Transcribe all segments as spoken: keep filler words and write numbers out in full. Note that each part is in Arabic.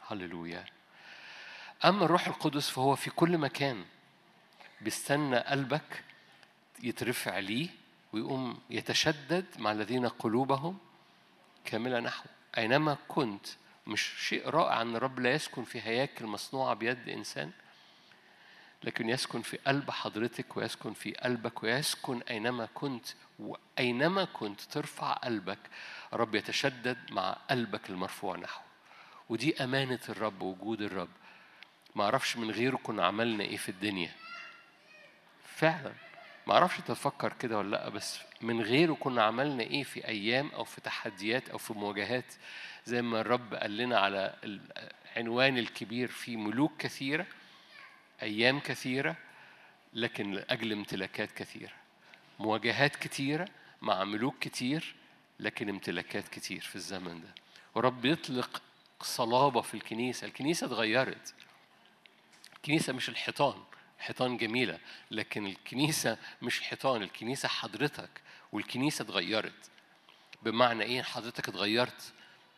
هللويا. أما الروح القدس فهو في كل مكان، بيستنى قلبك يترفع ليه ويقوم يتشدد مع الذين قلوبهم كاملة نحو. أينما كنت، مش شيء رائع أن الرب لا يسكن في هياكل مصنوعة بيد إنسان، لكن يسكن في قلب حضرتك ويسكن في قلبك ويسكن أينما كنت. وأينما كنت ترفع قلبك، الرب يتشدد مع قلبك المرفوع نحوه. ودي أمانة الرب، وجود الرب. ما أعرفش من غيره كنا عملنا إيه في الدنيا فعلا. ما أعرفش تفكر كده ولا لأ، بس من غيره كنا عملنا إيه في أيام أو في تحديات أو في مواجهات. زي ما الرب قال لنا على العنوان الكبير، في ملوك كثيرة، أيام كثيرة، لكن لأجل امتلاكات كثيرة. مواجهات كثيرة مع ملوك كتير، لكن امتلاكات كتير في الزمن ده. ورب يطلق صلابة في الكنيسة. الكنيسة اتغيرت. الكنيسة مش الحيطان، حيطان جميلة، لكن الكنيسة مش حيطان، الكنيسة حضرتك. والكنيسة اتغيرت. بمعنى ايه حضرتك اتغيرت؟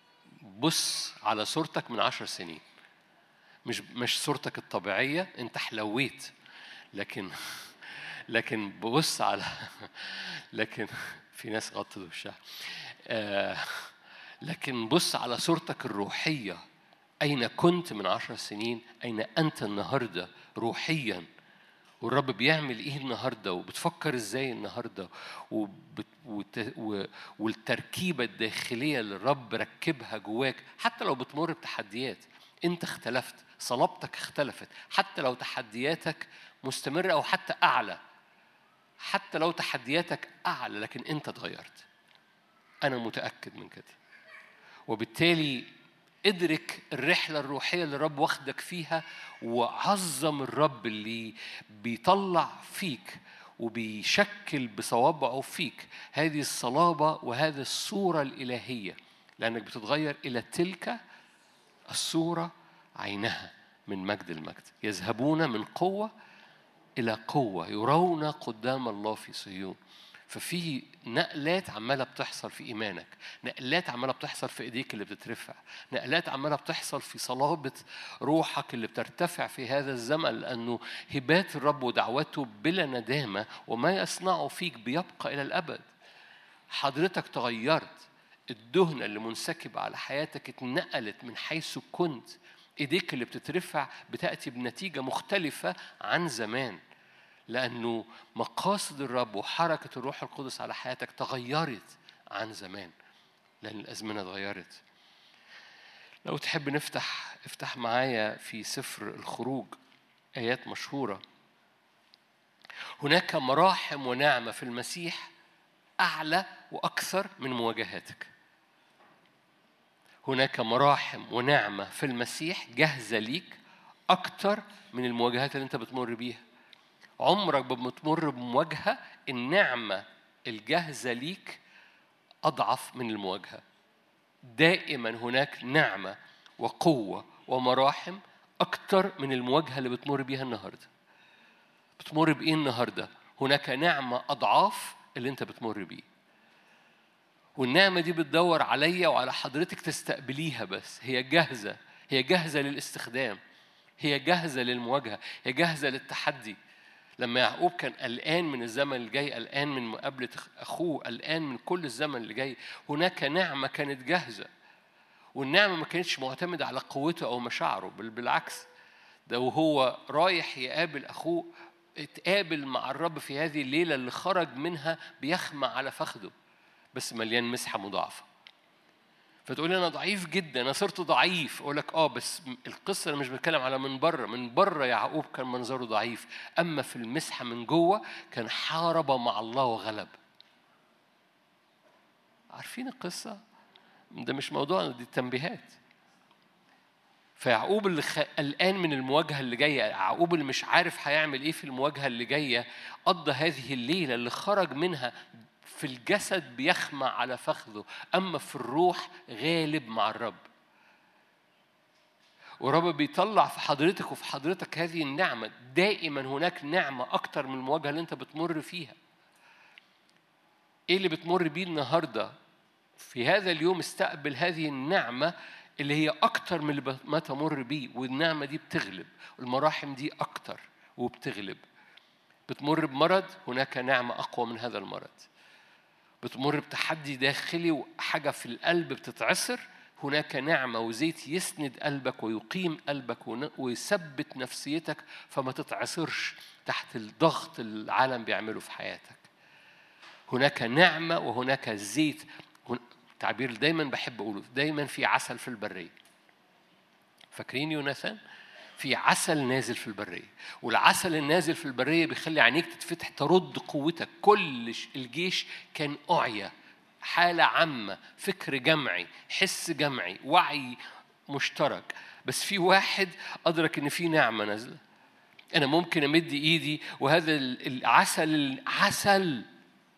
بص على صورتك من عشر سنين، مش مش صورتك الطبيعية. انت حلويت، لكن لكن ببص على لكن في ناس غطت وشها. آه لكن بص على صورتك الروحية. أين كنت من عشر سنين؟ أين أنت النهاردة روحيا؟ والرب بيعمل إيه النهاردة؟ وبتفكر إزاي النهاردة؟ وبت... وت... و... والتركيبة الداخلية اللي الرب ركبها جواك، حتى لو بتمر بتحديات أنت اختلفت، صلابتك اختلفت. حتى لو تحدياتك مستمرة أو حتى أعلى، حتى لو تحدياتك أعلى، لكن أنت اتغيرت. أنا متأكد من كده. وبالتالي ادرك الرحلة الروحية اللي الرب واخدك فيها، وعظم الرب اللي بيطلع فيك وبيشكل بصوابعه فيك هذه الصلابة وهذه الصورة الإلهية، لأنك بتتغير إلى تلك الصورة عينها من مجد المجد. يذهبون من قوة إلى قوة، يرون قدام الله في صهيون. ففي نقلات عمالة بتحصل في إيمانك، نقلات عمالة بتحصل في إيديك اللي بتترفع، نقلات عمالة بتحصل في صلابة روحك اللي بترتفع في هذا الزمن، لأنه هبات الرب ودعوته بلا ندامة وما يصنعه فيك بيبقى إلى الأبد. حضرتك تغيرت. الدهنة اللي منسكبة على حياتك اتنقلت من حيث كنت. إيديك اللي بتترفع بتأتي بنتيجة مختلفة عن زمان، لأنه مقاصد الرب وحركة الروح القدس على حياتك تغيرت عن زمان، لأن الأزمنة اتغيرت. لو تحب نفتح افتح معايا في سفر الخروج، آيات مشهورة. هناك مراحم ونعمة في المسيح أعلى وأكثر من مواجهاتك. هناك مراحم ونعمة في المسيح جاهزة ليك أكتر من المواجهات اللي أنت بتمر بيها. عمرك بتمر بمواجهة، النعمة الجاهزة ليك أضعف من المواجهة. دائما هناك نعمة وقوة ومراحم أكتر من المواجهة اللي بتمر بيها النهاردة. بتمر بإيه النهاردة؟ هناك نعمة أضعاف اللي أنت بتمر بيه، والنعمة دي بتدور عليا وعلى حضرتك تستقبليها. بس هي جاهزة، هي جاهزة للاستخدام، هي جاهزة للمواجهة، هي جاهزة للتحدي. لما يعقوب كان قلقان من الزمن اللي جاي، قلقان من مقابلة أخوه، قلقان من كل الزمن اللي جاي، هناك نعمة كانت جاهزة. والنعمة ما كانتش معتمدة على قوته أو مشاعره، بل بالعكس، ده وهو رايح يقابل أخوه اتقابل مع الرب في هذه الليلة اللي خرج منها بيخمع على فخده، بس مليان مسحة مضاعفة. فتقول لي أنا ضعيف جدا، أنا صرت ضعيف. أقول لك آه بس القصة أنا مش بتكلم على من بره. من بره يعقوب كان منظره ضعيف، أما في المسحة من جوه كان حارب مع الله وغلب. عارفين القصة؟ ده مش موضوع، دي تنبيهات. فيعقوب اللي قلقان من المواجهة اللي جاية، يعقوب اللي مش عارف هيعمل إيه في المواجهة اللي جاية، قضى هذه الليلة اللي خرج منها في الجسد بيخمع على فخذه، أما في الروح غالب مع الرب. ورب بيطلع في حضرتك وفي حضرتك هذه النعمة. دائما هناك نعمة أكتر من المواجهة اللي أنت بتمر فيها. إيه اللي بتمر بيه النهاردة؟ في هذا اليوم استقبل هذه النعمة اللي هي أكتر من اللي ما تمر بيه، والنعمة دي بتغلب، والمراحم دي أكتر وبتغلب. بتمر بمرض، هناك نعمة أقوى من هذا المرض. بتمر بتحدي داخلي وحاجة في القلب بتتعسر، هناك نعمة وزيت يسند قلبك ويقيم قلبك ويثبت نفسيتك فما تتعسرش تحت الضغط العالم بيعمله في حياتك. هناك نعمة وهناك زيت. تعبير دايما بحب أقوله، دايما في عسل في البرية. فاكرين يوناثان؟ في عسل نازل في البرية، والعسل النازل في البرية بيخلي عينيك تتفتح ترد قوتك. كل الجيش كان أعيا، حالة عامة، فكر جمعي، حس جمعي، وعي مشترك، بس في واحد أدرك إن في نعمة نازلة. أنا ممكن أمد إيدي وهذا العسل العسل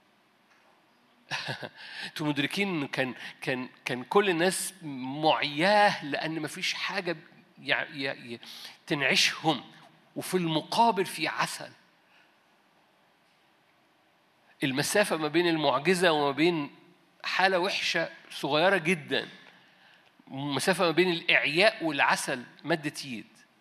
انتوا مدركين إن كان كان كان كل الناس معياه لأن مفيش حاجة يعني تنعشهم، وفي المقابل في عسل. المسافة ما بين المعجزة وما بين حالة وحشة صغيرة جدا، مسافة ما بين الإعياء والعسل مدة يد.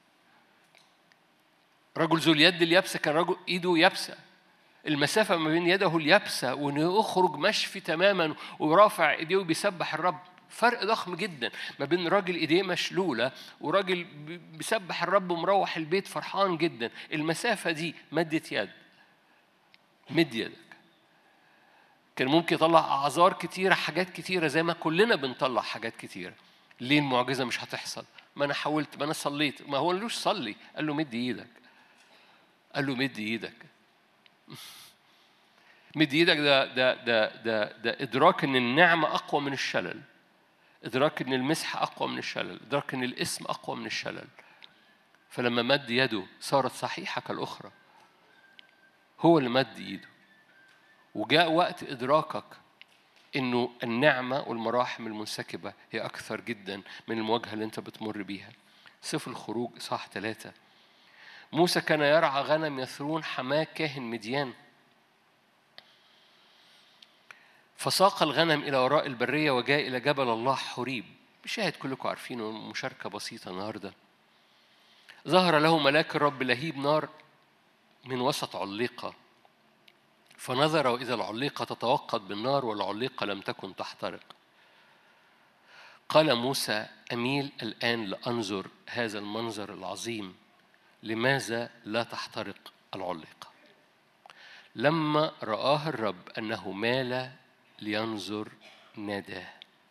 رجل ذو اليد اليابسة كان رجل إيده يابسة، المسافة ما بين يده اليابسة وإنه يخرج مشفي تماما ورافع إيديه وبيسبح الرب، فرق ضخم جدا ما بين راجل إيديه مشلولة وراجل بيسبح الرب ومروح البيت فرحان جدا. المسافة دي مدة يد، مد يدك. كان ممكن يطلع أعذار كتيرة، حاجات كتيرة، زي ما كلنا بنطلع حاجات كتيرة. ليه المعجزة مش هتحصل؟ ما أنا حاولت، ما أنا صليت. ما هو قالوش صلي، قال له مد إيدك، قال له مد إيدك. مد إيدك ده ده ده ده ده إدراك إن النعمة أقوى من الشلل، إدراك إن المسح أقوى من الشلل، إدراك إن الاسم أقوى من الشلل. فلما مد يده صارت صحيحة كالأخرى. هو اللي مد إيده، وجاء وقت إدراكك إنه النعمة والمراحم المنسكبة هي أكثر جدا من المواجهة اللي أنت بتمر بيها. سفر الخروج إصحاح ثلاثة. موسى كان يرعى غنم يثرون حماه كاهن مديان، فساق الغنم إلى وراء البرية وجاء إلى جبل الله حوريب. شاهد كلكم عارفينه، مشاركة بسيطة النهاردة. ظهر له ملاك الرب لهيب نار من وسط عليقة، فنظر وإذا العليقة تتوقد بالنار والعليقة لم تكن تحترق. قال موسى أميل الآن لأنظر هذا المنظر العظيم، لماذا لا تحترق العليقة؟ لما رآه الرب أنه مال لينظر ناداه.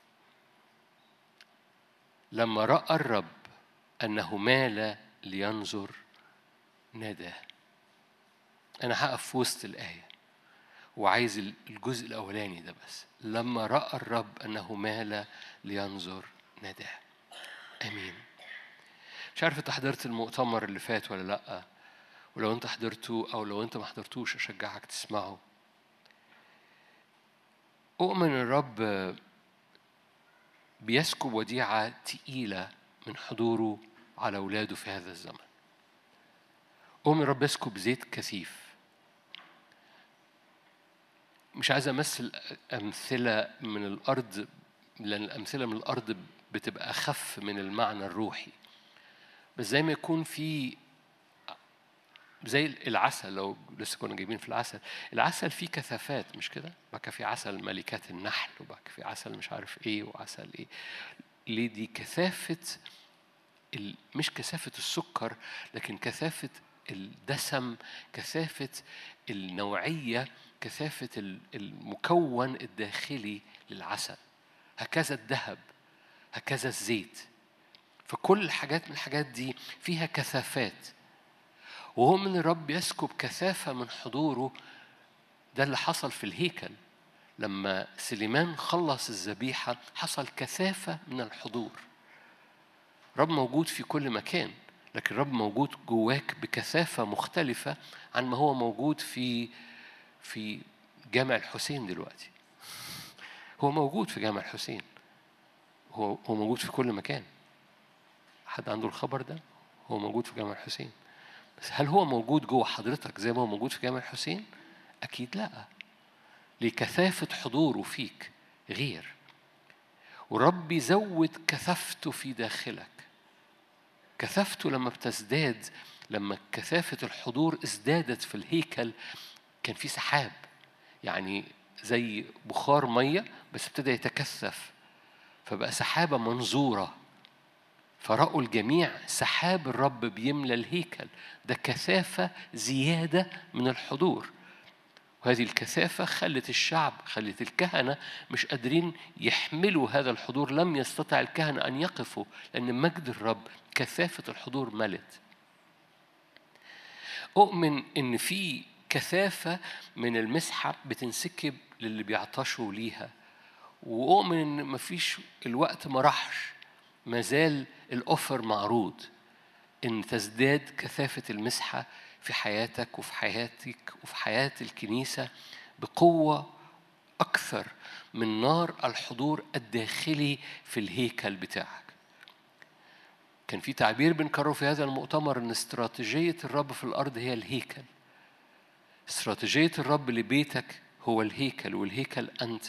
لما رأى الرب أنه مال لينظر ناداه. أنا هقف في وسط الآية وعايز الجزء الأولاني ده بس. لما رأى الرب أنه مال لينظر ناداه. أمين. مش عارف أنت حضرت المؤتمر اللي فات ولا لأ، ولو أنت حضرته أو لو أنت ما حضرتوش أشجعك تسمعه. أؤمن الرب بيسكب وديعة تقيلة من حضوره على أولاده في هذا الزمن. أؤمن الرب يسكب زيت كثيف. مش عايز أمثل أمثلة من الأرض، لأن الأمثلة من الأرض بتبقى أخف من المعنى الروحي، بس زي ما يكون في زي العسل. لو لسه كنا جايبين في العسل، العسل فيه كثافات مش كده؟ بقى في عسل ملكات النحل، وبقى في عسل مش عارف ايه وعسل ايه. ليه دي كثافة ال... مش كثافة السكر، لكن كثافة الدسم، كثافة النوعية، كثافة المكون الداخلي للعسل. هكذا الذهب، هكذا الزيت. فكل الحاجات من الحاجات دي فيها كثافات، وهو من الرب يسكب كثافة من حضوره. ده اللي حصل في الهيكل لما سليمان خلص الذبيحة، حصل كثافة من الحضور. رب موجود في كل مكان، لكن رب موجود جواك بكثافة مختلفة عن ما هو موجود في في جامع الحسين دلوقتي. هو موجود في جامع الحسين، هو هو موجود في كل مكان. حد عنده الخبر ده؟ هو موجود في جامع الحسين، بس هل هو موجود جوه حضرتك زي ما هو موجود في جامع الحسين؟ أكيد لا. لكثافة حضوره فيك غير. ورب يزود كثافته في داخلك. كثافته لما بتزداد، لما كثافة الحضور ازدادت في الهيكل، كان في سحاب، يعني زي بخار مية بس ابتدى يتكثف فبقى سحابة منظورة. فرأوا الجميع سحاب الرب بيملى الهيكل. ده كثافة زيادة من الحضور، وهذه الكثافة خلت الشعب، خلت الكهنة مش قادرين يحملوا هذا الحضور. لم يستطع الكهنة أن يقفوا لأن مجد الرب، كثافة الحضور ملت. أؤمن إن في كثافة من المسحة بتنسكب للي بيعطشوا ليها، وأؤمن إن مفيش، الوقت ما راحش، ما زال الأوفر معروض إن تزداد كثافة المسحة في حياتك وفي حياتك وفي حياة الكنيسة بقوة أكثر من نار الحضور الداخلي في الهيكل بتاعك. كان في تعبير بنكرره في هذا المؤتمر إن استراتيجية الرب في الأرض هي الهيكل. استراتيجية الرب لبيتك هو الهيكل، والهيكل أنت.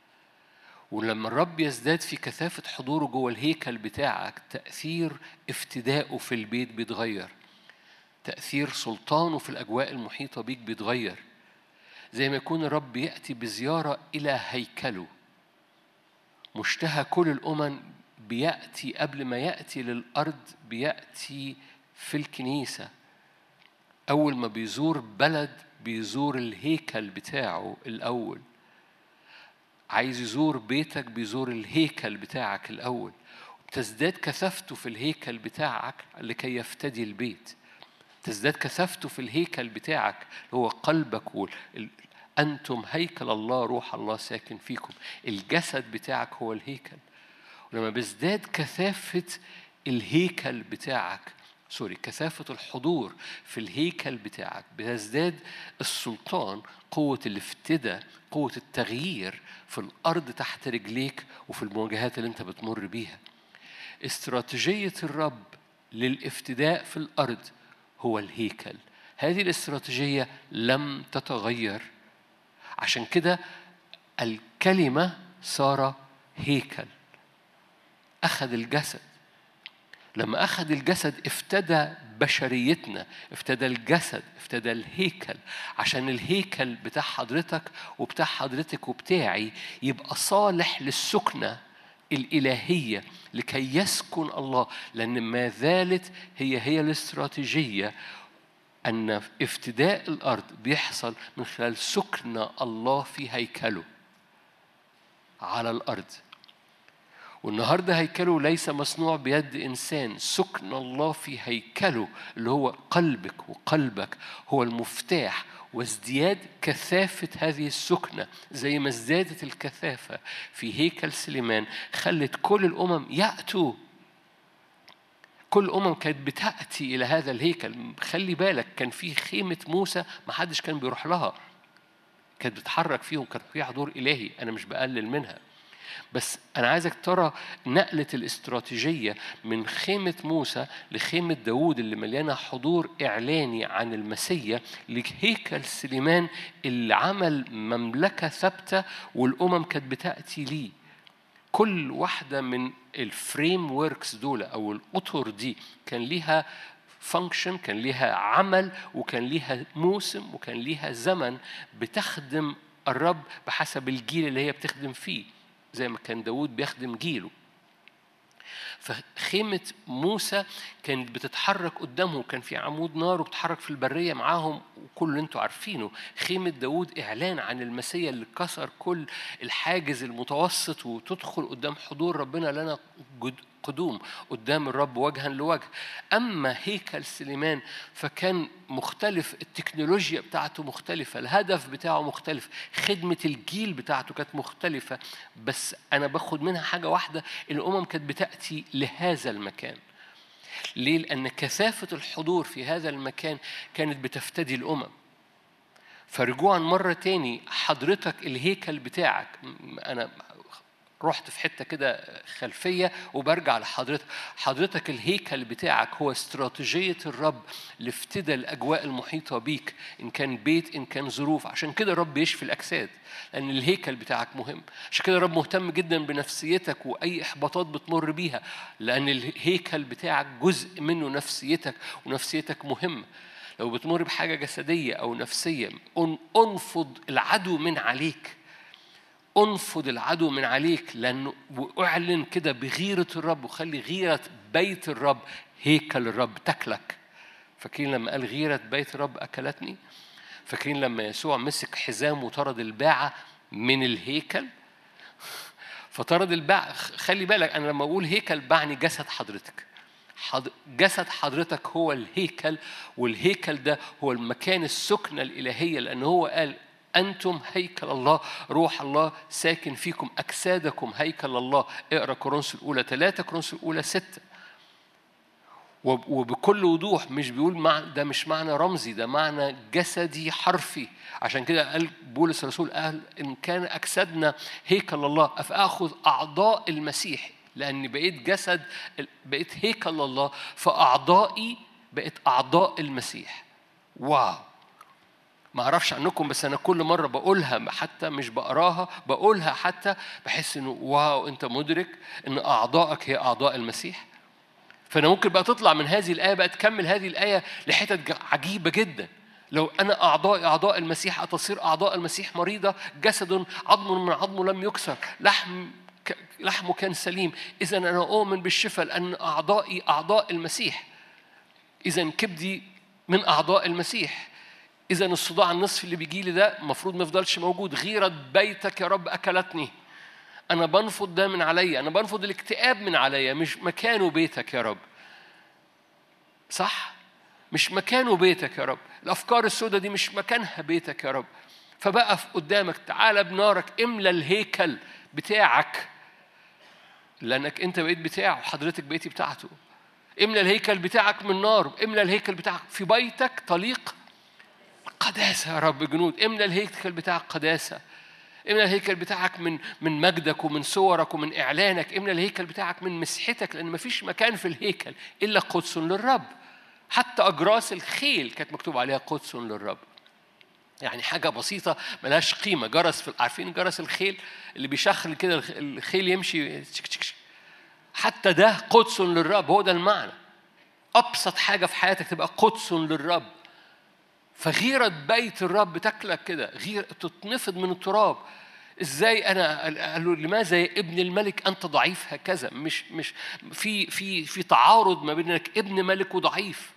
ولما الرب يزداد في كثافة حضوره جوه الهيكل بتاعك، تأثير افتدائه في البيت بيتغير، تأثير سلطانه في الأجواء المحيطة بيك بيتغير. زي ما يكون الرب يأتي بزيارة إلى هيكله، مشتهى كل الأمم بيأتي قبل ما يأتي للأرض، بيأتي في الكنيسة. أول ما بيزور بلد بيزور الهيكل بتاعه الأول. عايز يزور بيتك بيزور الهيكل بتاعك الأول، تزداد كثافته في الهيكل بتاعك لكي يفتدي البيت. تزداد كثافته في الهيكل بتاعك اللي هو قلبك، وال... أنتم هيكل الله، روح الله ساكن فيكم. الجسد بتاعك هو الهيكل. ولما بيزداد كثافة الهيكل بتاعك، سوري كثافة الحضور في الهيكل بتاعك، بيزداد السلطان، قوة الافتداء، قوة التغيير في الأرض تحت رجليك وفي المواجهات اللي انت بتمر بيها. استراتيجية الرب للافتداء في الأرض هو الهيكل. هذه الاستراتيجية لم تتغير. عشان كده الكلمة صار هيكل، أخذ الجسد. لما أخذ الجسد افتدى بشريتنا، افتدى الجسد، افتدى الهيكل، عشان الهيكل بتاع حضرتك وبتاع حضرتك وبتاعي يبقى صالح للسكنة الإلهية لكي يسكن الله. لأن ما زالت هي هي الاستراتيجية، أن افتداء الأرض بيحصل من خلال سكن الله في هيكله على الأرض. والنهاردة هيكله ليس مصنوع بيد إنسان، سكن الله في هيكله اللي هو قلبك، وقلبك هو المفتاح. وازدياد كثافة هذه السكنة زي ما ازدادت الكثافة في هيكل سليمان خلت كل الأمم يأتوا. كل الأمم كانت بتأتي إلى هذا الهيكل. خلي بالك، كان في خيمة موسى ما حدش كان بيروح لها، كانت بتحرك فيهم، كان في حضور إلهي. أنا مش بقلل منها، بس أنا عايزك ترى نقلة الاستراتيجية من خيمة موسى لخيمة داود اللي مليانة حضور إعلاني عن المسيح، لهيكل سليمان اللي عمل مملكة ثابتة والأمم كانت بتأتي ليه. كل واحدة من الفريم ووركس دول أو الأطر دي كان ليها فانكشن، كان ليها عمل، وكان ليها موسم، وكان ليها زمن بتخدم الرب بحسب الجيل اللي هي بتخدم فيه، زي ما كان داود بيخدم جيله. فخيمة موسى كانت بتتحرك قدامه، كان في عمود نار وبتحرك في البرية معاهم، وكل اللي انتوا عارفينه. خيمة داود إعلان عن المسيح اللي كسر كل الحاجز المتوسط وتدخل قدام حضور ربنا لنا قدوم قدام الرب وجها لوجه. أما هيكل سليمان فكان مختلف، التكنولوجيا بتاعته مختلفة، الهدف بتاعه مختلف، خدمة الجيل بتاعته كانت مختلفة. بس أنا باخد منها حاجة واحدة، الأمم كانت بتأتي لهذا المكان. ليه؟ لأن كثافة الحضور في هذا المكان كانت بتفتدي الأمم. فرجوعا مرة تاني، حضرتك الهيكل بتاعك، أنا رحت في حتة كده خلفية وبرجع لحضرتك. حضرتك الهيكل بتاعك هو استراتيجية الرب لافتداء الأجواء المحيطة بيك، إن كان بيت إن كان ظروف. عشان كده الرب يشفي الأجساد، لأن الهيكل بتاعك مهم. عشان كده الرب مهتم جدا بنفسيتك وأي إحباطات بتمر بيها، لأن الهيكل بتاعك جزء منه نفسيتك، ونفسيتك مهم. لو بتمر بحاجة جسدية أو نفسية، أنفض العدو من عليك، أنفض العدو من عليك، لأنه أعلن كده بغيرة الرب، وخلي غيرة بيت الرب هيكل الرب تاكلك. فاكرين لما قال غيرة بيت الرب أكلتني؟ فاكرين لما يسوع مسك حزام وطرد الباعة من الهيكل؟ فطرد الباعة. خلي بالك أنا لما أقول هيكل بعني جسد حضرتك. جسد حضرتك هو الهيكل، والهيكل ده هو المكان السكنة الإلهية، لأنه هو قال أنتم هيكل الله، روح الله ساكن فيكم، أجسادكم هيكل الله. اقرأ كورنثوس الأولى ثلاثة، كورنثوس الأولى ستة. وبكل وضوح مش بيقول مع ده، مش معنى رمزي، ده معنى جسدي حرفي. عشان كده قال بولس الرسول قال إن كان أجسادنا هيكل الله أفأخذ أعضاء المسيح، لأن بقيت جسد، بقيت هيكل الله، فأعضائي بقيت أعضاء المسيح. واو! ما أعرفش عنكم، بس أنا كل مرة بقولها، حتى مش بقراها، بقولها حتى بحس إنه واو، أنت مدرك إن أعضائك هي أعضاء المسيح. فأنا ممكن بقى تطلع من هذه الآية بقى تكمل هذه الآية لحتت عجيبة جدا. لو أنا أعضاء أعضاء المسيح أتصير أعضاء المسيح مريضة، جسد عظم من عظمه لم يكسر، لحم لحمه كان سليم. إذن أنا أؤمن بالشفاء لأن أعضائي أعضاء المسيح. إذن كبدي من أعضاء المسيح. إذن الصداع النصف اللي بيجي لي ده مفروض ما يفضلش موجود. غيرة بيتك يا رب أكلتني. أنا بنفض ده من عليا، أنا بنفض الاكتئاب من عليا. مش مكانه بيتك يا رب، صح؟ مش مكانه بيتك يا رب. الأفكار السوداء دي مش مكانها بيتك يا رب. فبقف قدامك، تعالى بنارك املى الهيكل بتاعك، لأنك أنت بقيت بتاعه، حضرتك بقيتي بتاعته. املى الهيكل بتاعك من نار، املى الهيكل بتاعك في بيتك طليق قداسة يا رب جنود. املى الهيكل بتاعك قداسة، املى الهيكل بتاعك من من مجدك ومن صورك ومن إعلانك، املى الهيكل بتاعك من مسحتك، لأن مفيش مكان في الهيكل إلا قدس للرب. حتى أجراس الخيل كانت مكتوب عليها قدس للرب. يعني حاجة بسيطة ملهاش قيمة. جرس في، عارفين جرس الخيل اللي بيشخل كده الخيل يمشي، حتى ده قدس للرب. هو ده المعنى. أبسط حاجة في حياتك تبقى قدس للرب. فغيرة بيت الرب تاكلك كده، غير تتنفض من التراب. ازاي انا قالوا لماذا يا ابن الملك انت ضعيف هكذا؟ مش مش في في في تعارض ما بين انك ابن ملك وضعيف.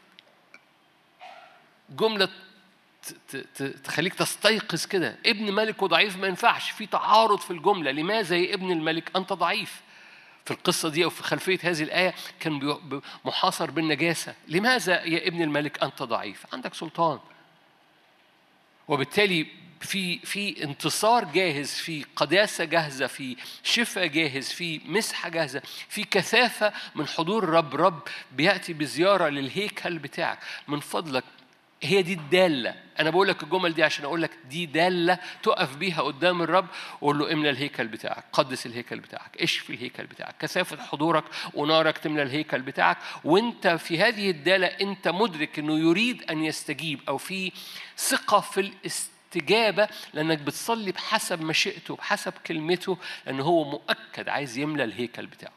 جمله تخليك تستيقظ كده، ابن ملك وضعيف ما ينفعش. في تعارض في الجمله. لماذا يا ابن الملك انت ضعيف؟ في القصه دي او في خلفيه هذه الايه كان محاصر بالنجاسه. لماذا يا ابن الملك انت ضعيف؟ عندك سلطان. وبالتالي في في انتصار جاهز، في قداسة جاهزة، في شفاء جاهز، في مسحة جاهزة، في كثافة من حضور الرب. رب بيأتي بزيارة للهيكل بتاعك. من فضلك، هي دي الدالة. أنا بقول لك الجمل دي عشان أقول لك دي دالة تقف بيها قدام الرب وقول له املى الهيكل بتاعك، قدس الهيكل بتاعك، اشفي الهيكل بتاعك. كثافة حضورك ونارك تملى الهيكل بتاعك. وانت في هذه الدالة انت مدرك انه يريد ان يستجيب، او في ثقة في الاستجابة، لأنك بتصلي بحسب مشيئته بحسب كلمته، لأنه هو مؤكد عايز يملى الهيكل بتاعه.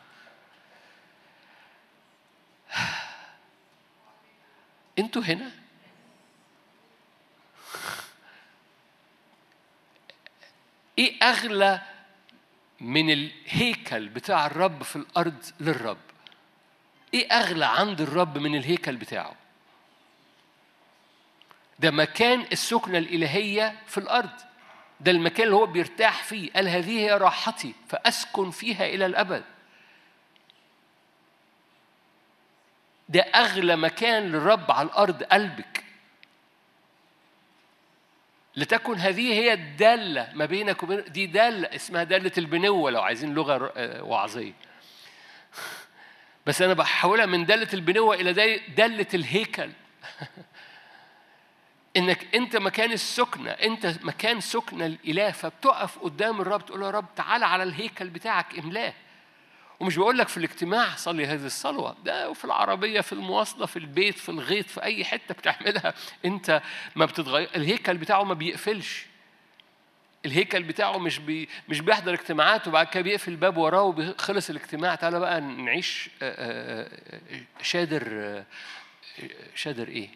انتوا هنا ايه اغلى من الهيكل بتاع الرب في الارض للرب؟ ايه اغلى عند الرب من الهيكل بتاعه؟ ده مكان السكنة الإلهية في الارض. ده المكان اللي هو بيرتاح فيه. قال هذه هي راحتي فأسكن فيها إلى الأبد. ده أغلى مكان للرب على الأرض، قلبك. لتكن هذه هي الدالة ما بينك وبين، دي دالة اسمها دالة البنوة لو عايزين لغة وعظية. بس أنا بحولها من دالة البنوة إلى دالة الهيكل. إنك أنت مكان السكنة، أنت مكان سكنة الإله، فبتقف قدام الرب تقول له يا رب تعال على الهيكل بتاعك املاه. ومش بقول لك في الاجتماع صلي هذه الصلوة، ده في العربية، في المواصلة، في البيت، في الغيط، في أي حتة بتعملها أنت ما بتتغير. الهيكل بتاعه ما بيقفلش. الهيكل بتاعه مش بي مش بيحضر اجتماعات وبعد كده بيقفل الباب وراه وبيخلص الاجتماع تعالى بقى نعيش شادر شادر إيه؟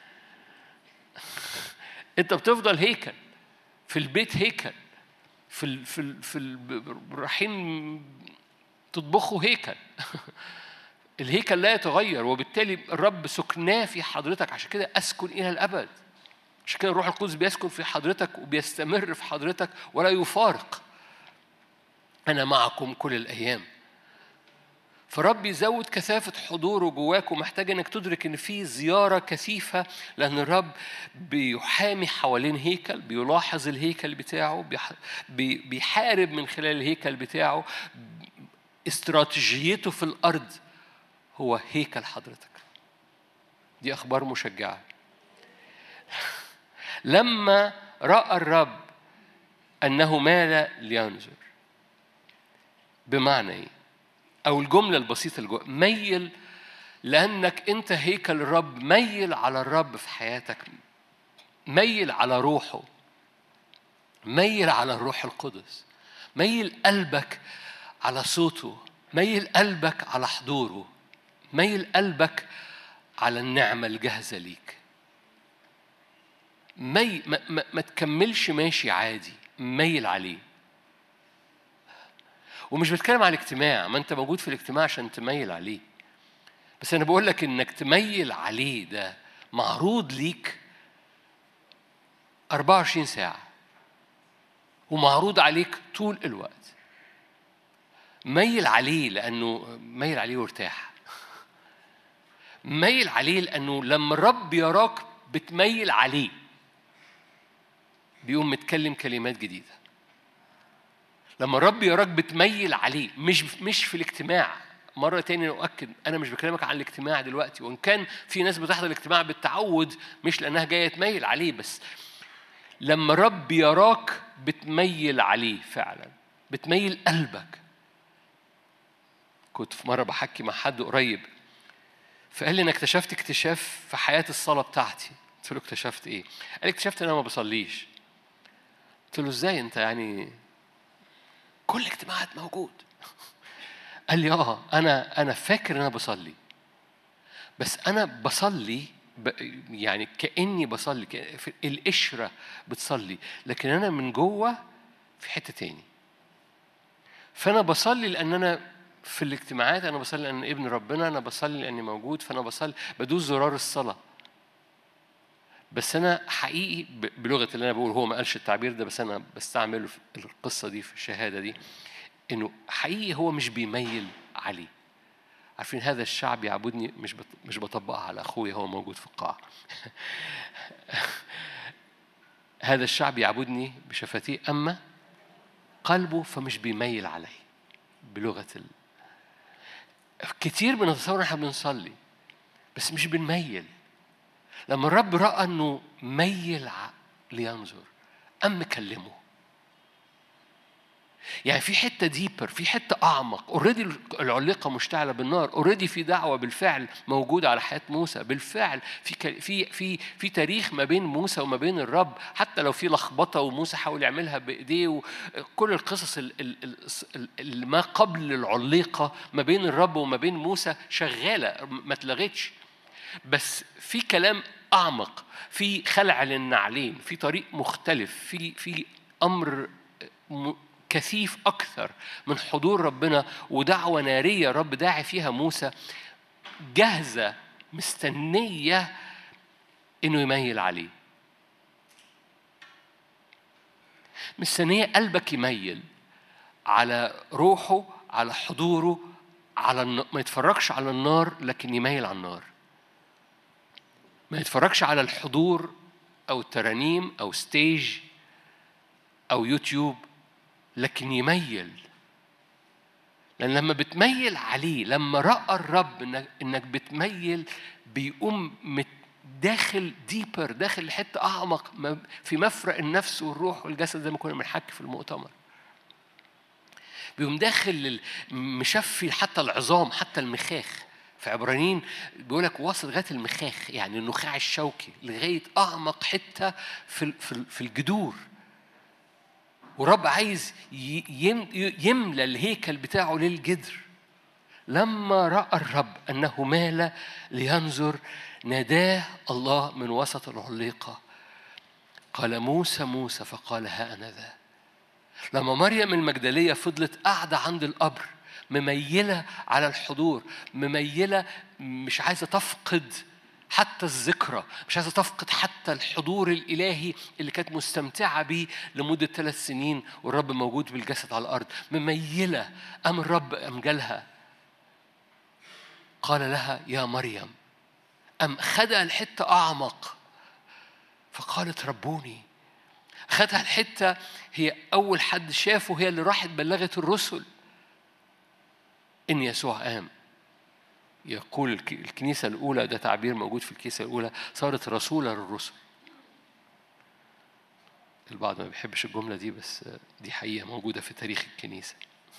أنت بتفضل هيكل في البيت، هيكل في ال في ال في ال رايحين تطبخوا هيكل. الهيكل لا يتغير، وبالتالي الرب سكناه في حضرتك. عشان كده أسكن إلى الأبد. عشان كده الروح القدس بيسكن في حضرتك وبيستمر في حضرتك ولا يفارق. أنا معكم كل الأيام. فرب يزود كثافة حضوره جواك، ومحتاج إنك تدرك إن في زيارة كثيفة، لأن الرب بيحامي حوالين هيكل، بيلاحظ الهيكل بتاعه، بيحارب من خلال الهيكل بتاعه. استراتيجيته في الأرض هو هيكل حضرتك. دي أخبار مشجعة. لما رأى الرب أنه مال لينظر، بمعنى إيه؟ أو الجملة البسيطة الجو ميل، لأنك أنت هيكل الرب. ميل على الرب في حياتك، ميل على روحه، ميل على الروح القدس، ميل قلبك على صوته، ميل قلبك على حضوره، ميل قلبك على النعمة الجاهزة ليك. مي ما, ما, ما تكملش ماشي عادي، ميل عليه. ومش بتكلم على الاجتماع، ما انت موجود في الاجتماع عشان تميل عليه، بس انا بقول لك انك تميل عليه ده معروض ليك أربعة وعشرين ساعة، ومعروض عليك طول الوقت. ميل عليه لأنه ميل عليه وارتاح. ميل عليه لأنه لما الرب يراك بتميل عليه بيقوم متكلم كلمات جديدة. لما الرب يراك بتميل عليه، مش مش في الاجتماع. مرة تاني أؤكد، أنا مش بكلمك عن الاجتماع دلوقتي، وإن كان في ناس بتحضر الاجتماع بالتعود مش لأنها جاية تميل عليه، بس لما الرب يراك بتميل عليه فعلا، بتميل قلبك. كنت في مرة بحكي مع حد قريب فقال لي أنا اكتشفت اكتشاف في حياة الصلاة بتاعتي. قلت له اكتشفت إيه؟ قال لي اكتشفت أنا ما بصليش. قلت له إزاي أنت يعني كل اجتماعات موجود؟ قال لي آه أنا أنا فاكر أنا بصلي، بس أنا بصلي ب... يعني كأني بصلي في القشرة بتصلي، لكن أنا من جوه في حتة تاني. فأنا بصلي لأن أنا في الاجتماعات، أنا بصلي لأن ابن ربنا، أنا بصلي لأني موجود، فأنا بصلي بدوس زرار الصلاة. بس أنا حقيقي بلغة اللي أنا بقول، هو ما قالش التعبير ده بس أنا بستعمله في القصة دي، في الشهادة دي، إنه حقيقي هو مش بيميل عليه. عارفين هذا الشعب يعبدني، مش مش بطبقها على أخوي هو موجود في القاعة. هذا الشعب يعبدني بشفتيه أما قلبه فمش بيميل عليه. بلغة ال... كتير بنتصور احنا بنصلي بس مش بنميل. لما الرب رأى أنه ميل لينظر أم كلمه، يعني في حتة ديبر، في حتة أعمق. أوريدي العليقة مشتعلة بالنار، أوريدي في دعوة بالفعل موجودة على حياة موسى بالفعل. في في في في تاريخ ما بين موسى وما بين الرب، حتى لو في لخبطة وموسى حاول يعملها بإيديه، وكل القصص اللي ما قبل العليقة ما بين الرب وما بين موسى شغالة ما اتلغتش. بس في كلام أعمق، في خلع للنعلين، في طريق مختلف، في في أمر كثيف أكثر من حضور ربنا، ودعوة نارية رب داعي فيها موسى جاهزة مستنية إنه يميل عليه. مستنية قلبك يميل على روحه، على حضوره، على الن... ما يتفرجش على النار لكن يميل على النار. ما يتفرجش على الحضور أو الترانيم أو ستيج أو يوتيوب، لكن يميل. لأن لما بتميل عليه، لما رأى الرب إنك, إنك بتميل، بيقوم داخل ديبر، داخل لحتة أعمق في مفرق النفس والروح والجسد، زي ما كنا بنحكي في المؤتمر. بيقوم داخل مشفي حتى العظام، حتى المخاخ. في عبرانيين بيقولك واصل لغاية المخاخ، يعني النخاع الشوكي، لغاية أعمق حتة في في الجذور. ورب عايز يملى الهيكل بتاعه للجذر. لما رأى الرب أنه مال لينظر، ناداه الله من وسط العليقة، قال موسى موسى، فقال ها أنا ذا. لما مريم المجدلية فضلت قاعدة عند القبر مميلة على الحضور، مميلة مش عايزة تفقد حتى الذكرى، مش عايزة تفقد حتى الحضور الإلهي اللي كانت مستمتعة بيه لمدة ثلاث سنين والرب موجود بالجسد على الأرض، مميلة. أم الرب أم جالها قال لها يا مريم، أم خدها الحتة أعمق فقالت ربوني. خدها الحتة، هي أول حد شافه، هي اللي راحت بلغت الرسل إن يسوع قام. يقول الكنيسة الأولى، ده تعبير موجود في الكنيسة الأولى، صارت رسولة للرسل. البعض ما بيحبش الجملة دي، بس دي حقيقة موجودة في تاريخ الكنيسة.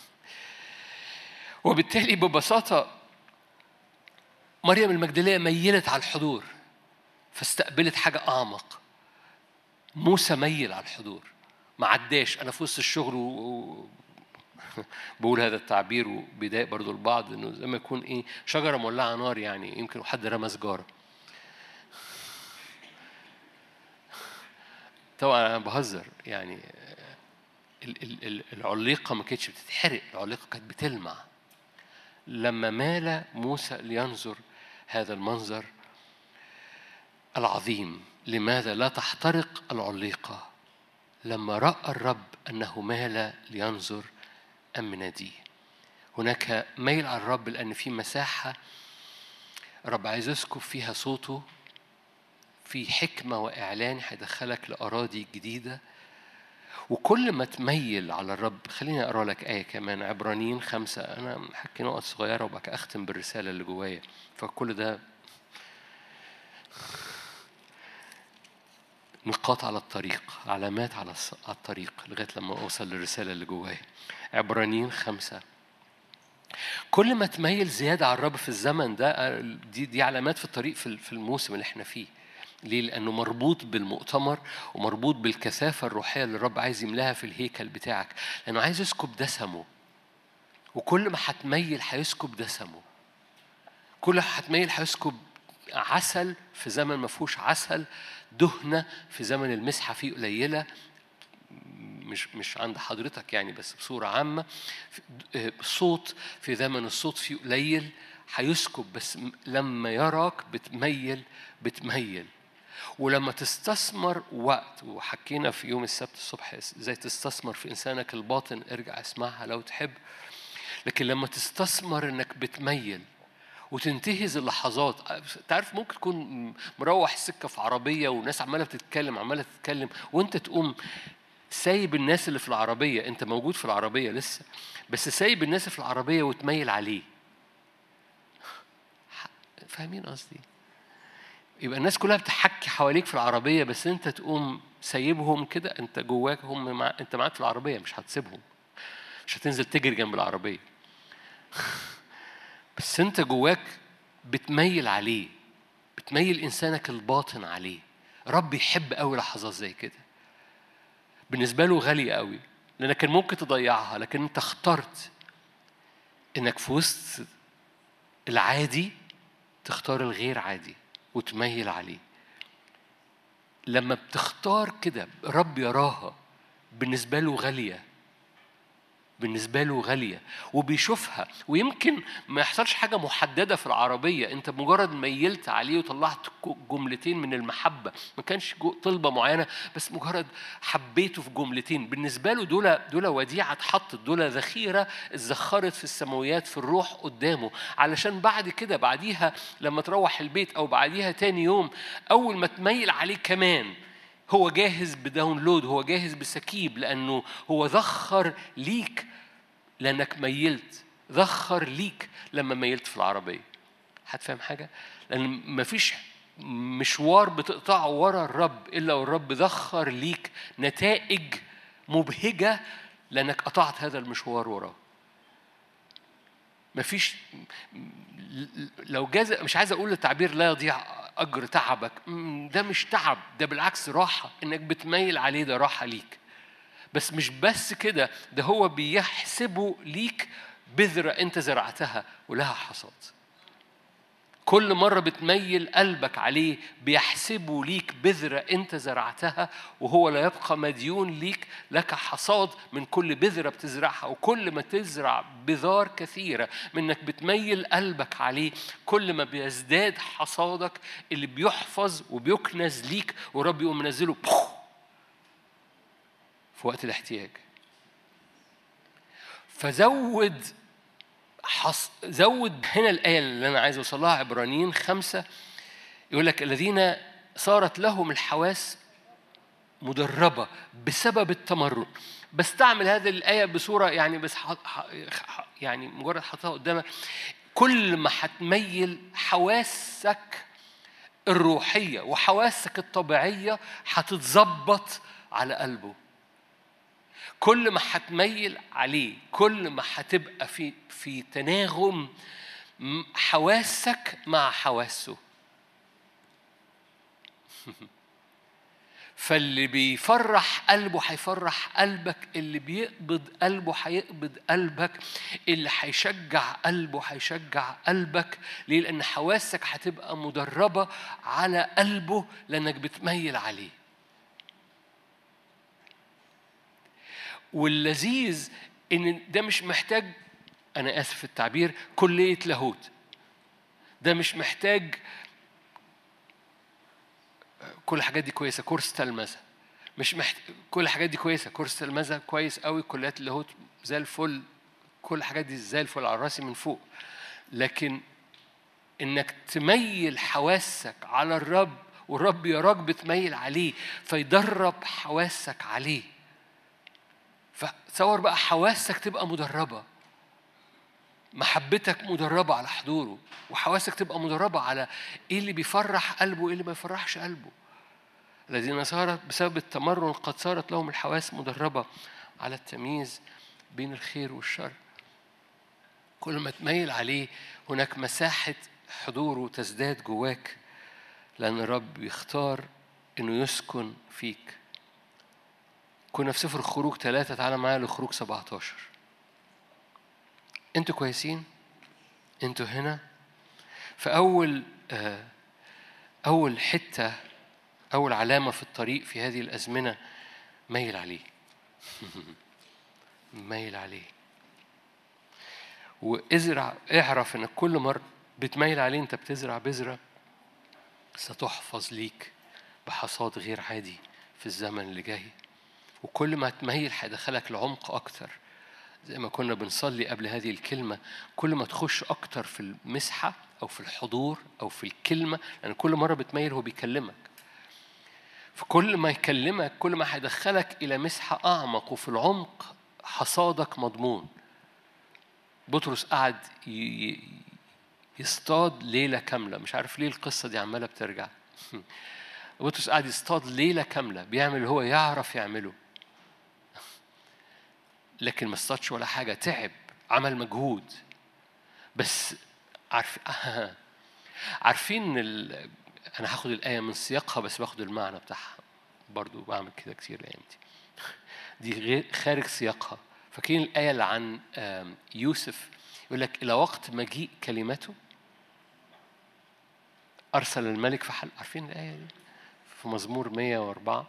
وبالتالي ببساطة مريم المجدلية ميلت على الحضور فاستقبلت حاجة أعمق. موسى ميل على الحضور، ما عداش. أنا في وسط الشغل و... بقول هذا التعبير وبداية برضو البعض إنه زي ما يكون إيه شجرة مولعة نار، يعني يمكن حد رمى سجارة. طبعا أنا بهزر، يعني العليقة ما كانتش بتتحرق، العليقة كانت بتلمع. لما مال موسى لينظر هذا المنظر العظيم، لماذا لا تحترق العليقة؟ لما رأى الرب أنه مال لينظر أم ناديه. هناك ميل على الرب لأن في مساحة الرب عايز يسكب فيها صوته، في حكمة وإعلان هيدخلك لأراضي جديدة. وكل ما تميل على الرب، خليني أقرأ لك آية كمان، عبرانيين خمسة. أنا حكي نقط صغيرة وبقى أختم بالرسالة اللي جوايا، فكل ده نقاط على الطريق، علامات على الطريق لغاية لما أوصل للرسالة اللي جوايا. عبرانيين خمسة. كل ما تميل زيادة على الرب في الزمن ده، دي, دي علامات في الطريق في الموسم اللي احنا فيه. ليه؟ لأنه مربوط بالمؤتمر ومربوط بالكثافة الروحية اللي الرب عايز يملاها في الهيكل بتاعك، لأنه عايز يسكب دسمه. وكل ما هتميل هيسكب دسمه، كل ما هتميل هيسكب عسل في زمن ما فيهوش عسل، دهنة في زمن المسحة فيه قليلة، مش مش عند حضرتك يعني، بس بصورة عامة. صوت في زمن الصوت فيه قليل هيسكب، بس لما يراك بتميل بتميل. ولما تستثمر وقت، وحكينا في يوم السبت الصبح ازاي تستثمر في إنسانك الباطن، ارجع اسمعها لو تحب. لكن لما تستثمر انك بتميل وتنتهز اللحظات، تعرف ممكن تكون مروح السكة في عربية وناس عمالة بتتكلم عمالة تتكلم وانت تقوم سايب الناس اللي في العربية، انت موجود في العربية لسه، بس سايب الناس اللي في العربية وتميل عليه. فاهمين قصدي؟ يبقى الناس كلها بتحكي حواليك في العربية، بس انت تقوم سايبهم كده، انت جواك هم مع... انت معاك في العربية، مش هتسيبهم، مش هتنزل تجري جنب العربية بس انت جواك بتميل عليه، بتميل إنسانك الباطن عليه. رب يحب قوي لحظات زي كده، بالنسبة له غالية قوي، لأنك كان ممكن تضيعها، لكن انت اخترت انك في وسط العادي تختار الغير عادي وتميل عليه. لما بتختار كده رب يراها، بالنسبة له غالية، بالنسبة له غالية وبيشوفها. ويمكن ما يحصلش حاجة محددة في العربية، انت مجرد ميلت عليه وطلعت جملتين من المحبة، ما كانش طلبة معينة، بس مجرد حبيته في جملتين. بالنسبة له دول دول وديعة اتحطت، دول ذخيرة اتذخرت في السماويات في الروح قدامه، علشان بعد كده بعديها لما تروح البيت أو بعديها تاني يوم أول ما تميل عليه كمان هو جاهز بداونلود، هو جاهز بسكيب، لأنه هو ذخر ليك لأنك ميلت، ذخر ليك لما ميلت في العربية. هتفهم حاجة؟ لأن مفيش مشوار بتقطعه ورا الرب إلا والرب ذخر ليك نتائج مبهجة لأنك قطعت هذا المشوار وراه. مفيش لو جاز، مش عايز أقول التعبير لا يضيع أجر تعبك، ده مش تعب، ده بالعكس راحة. إنك بتميل عليه ده راحة ليك. بس مش بس كده، ده هو بيحسبه ليك بذرة أنت زرعتها ولها حصاد. كل مرة بتميل قلبك عليه بيحسبه ليك بذرة أنت زرعتها، وهو لا يبقى مديون ليك، لك حصاد من كل بذرة بتزرعها. وكل ما تزرع بذار كثيرة منك بتميل قلبك عليه، كل ما بيزداد حصادك اللي بيحفظ وبيكنز ليك، ورب يقوم منزله في وقت الاحتياج. فزود حص... زود هنا الآية اللي أنا عايز أوصلها، عبرانيين خمسة، يقول لك الذين صارت لهم الحواس مدربة بسبب التمرد. بستعمل هذه الآية بصورة يعني بس ح... ح... يعني مجرد حطها قدامك. كل ما هتميل حواسك الروحية وحواسك الطبيعية هتتظبط على قلبه. كل ما هتميل عليه، كل ما هتبقى في في تناغم حواسك مع حواسه. فاللي بيفرح قلبه هيفرح قلبك، اللي بيقبض قلبه هيقبض قلبك، اللي هيشجع قلبه هيشجع قلبك. ليه؟ لأن حواسك هتبقى مدربة على قلبه لأنك بتميل عليه. واللذيذ إن ده مش محتاج، أنا آسف في التعبير، كلية لاهوت. ده مش محتاج كل الحاجات دي كويسة، كورس تلمذة مش محتاج، كل الحاجات دي كويسة، كورس تلمذة كويس قوي، كليات اللاهوت زي الفل، كل الحاجات دي زي الفل على راسي من فوق. لكن إنك تميل حواسك على الرب، والرب يراك بتميل عليه فيدرب حواسك عليه. فتصور بقى حواسك تبقى مدربة، محبتك مدربة على حضوره، وحواسك تبقى مدربة على إيه اللي بيفرح قلبه وإيه اللي ما يفرحش قلبه. الذين صارت بسبب التمرن قد صارت لهم الحواس مدربة على التمييز بين الخير والشر. كل ما تميل عليه هناك مساحة حضوره تزداد جواك، لأن الرب يختار إنه يسكن فيك. كنا في سفر الخروج ثلاثة، تعالى معايا لخروج سبعة عشر. أنتوا كويسين؟ أنتوا هنا؟ فأول أول حتة، أول علامة في الطريق في هذه الأزمنة، ميل عليه. ميل عليه وازرع. اعرف إن كل مرة بتميل عليه أنت بتزرع بذرة ستحفظ ليك بحصاد غير عادي في الزمن اللي جاي. وكل ما تميل هيدخلك لعمق أكتر، زي ما كنا بنصلي قبل هذه الكلمة. كل ما تخش أكتر في المسحة أو في الحضور أو في الكلمة، لأن يعني كل مرة بتميل هو بيكلمك، فكل ما يكلمك كل ما هيدخلك إلى مسحة أعمق، وفي العمق حصادك مضمون. بطرس قعد يصطاد ليلة كاملة، مش عارف ليه القصة دي عمالة بترجع. بطرس قعد يصطاد ليلة كاملة، بيعمل اللي هو يعرف يعمله، لكن ما اصطادش ولا حاجة. تعب، عمل مجهود، بس عارف عارفين ال... أنا هاخد الآية من سياقها بس باخد المعنى بتاعها برضو، بعمل كده كتير الأيام دي، دي غير خارج سياقها. فاكرين الآية اللي عن يوسف؟ يقول لك إلى وقت مجيء كلمته أرسل الملك فحل. عارفين الآية دي في مزمور مية وأربعة؟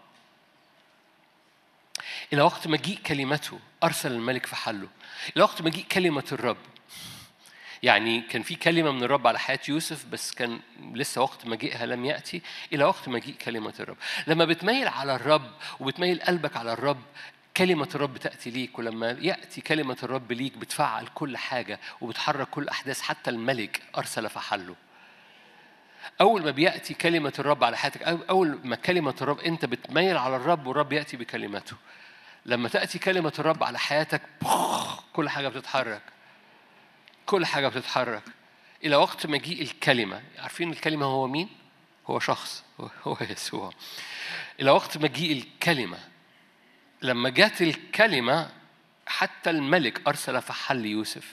إلى وقت مجيء كلمته أرسل الملك فحله. إلى وقت مجيء كلمة الرب، يعني كان في كلمة من الرب على حياة يوسف بس كان لسه وقت مجيئها لم يأتي. إلى وقت مجيء كلمة الرب. لما بتميل على الرب وبتميل قلبك على الرب، كلمة الرب تأتي ليك. ولما يأتي كلمة الرب ليك بتفعل كل حاجة وبتحرك كل أحداث، حتى الملك أرسل فحله. أول ما بيأتي كلمة الرب على حياتك، أول ما كلمة الرب أنت بتميل على الرب والرب يأتي بكلمته. لما تأتي كلمة الرب على حياتك كل حاجة بتتحرك، كل حاجة بتتحرك إلى وقت مجيء الكلمة. عارفين الكلمة هو مين؟ هو شخص، هو يسوع. إلى وقت مجيء الكلمة. لما جات الكلمة حتى الملك أرسل فحل يوسف.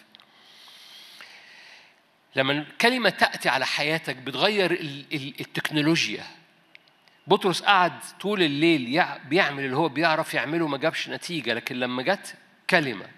لما الكلمة تأتي على حياتك بتغير التكنولوجيا. بطرس قعد طول الليل بيعمل اللي هو بيعرف يعمله، ما جابش نتيجة. لكن لما جت كلمة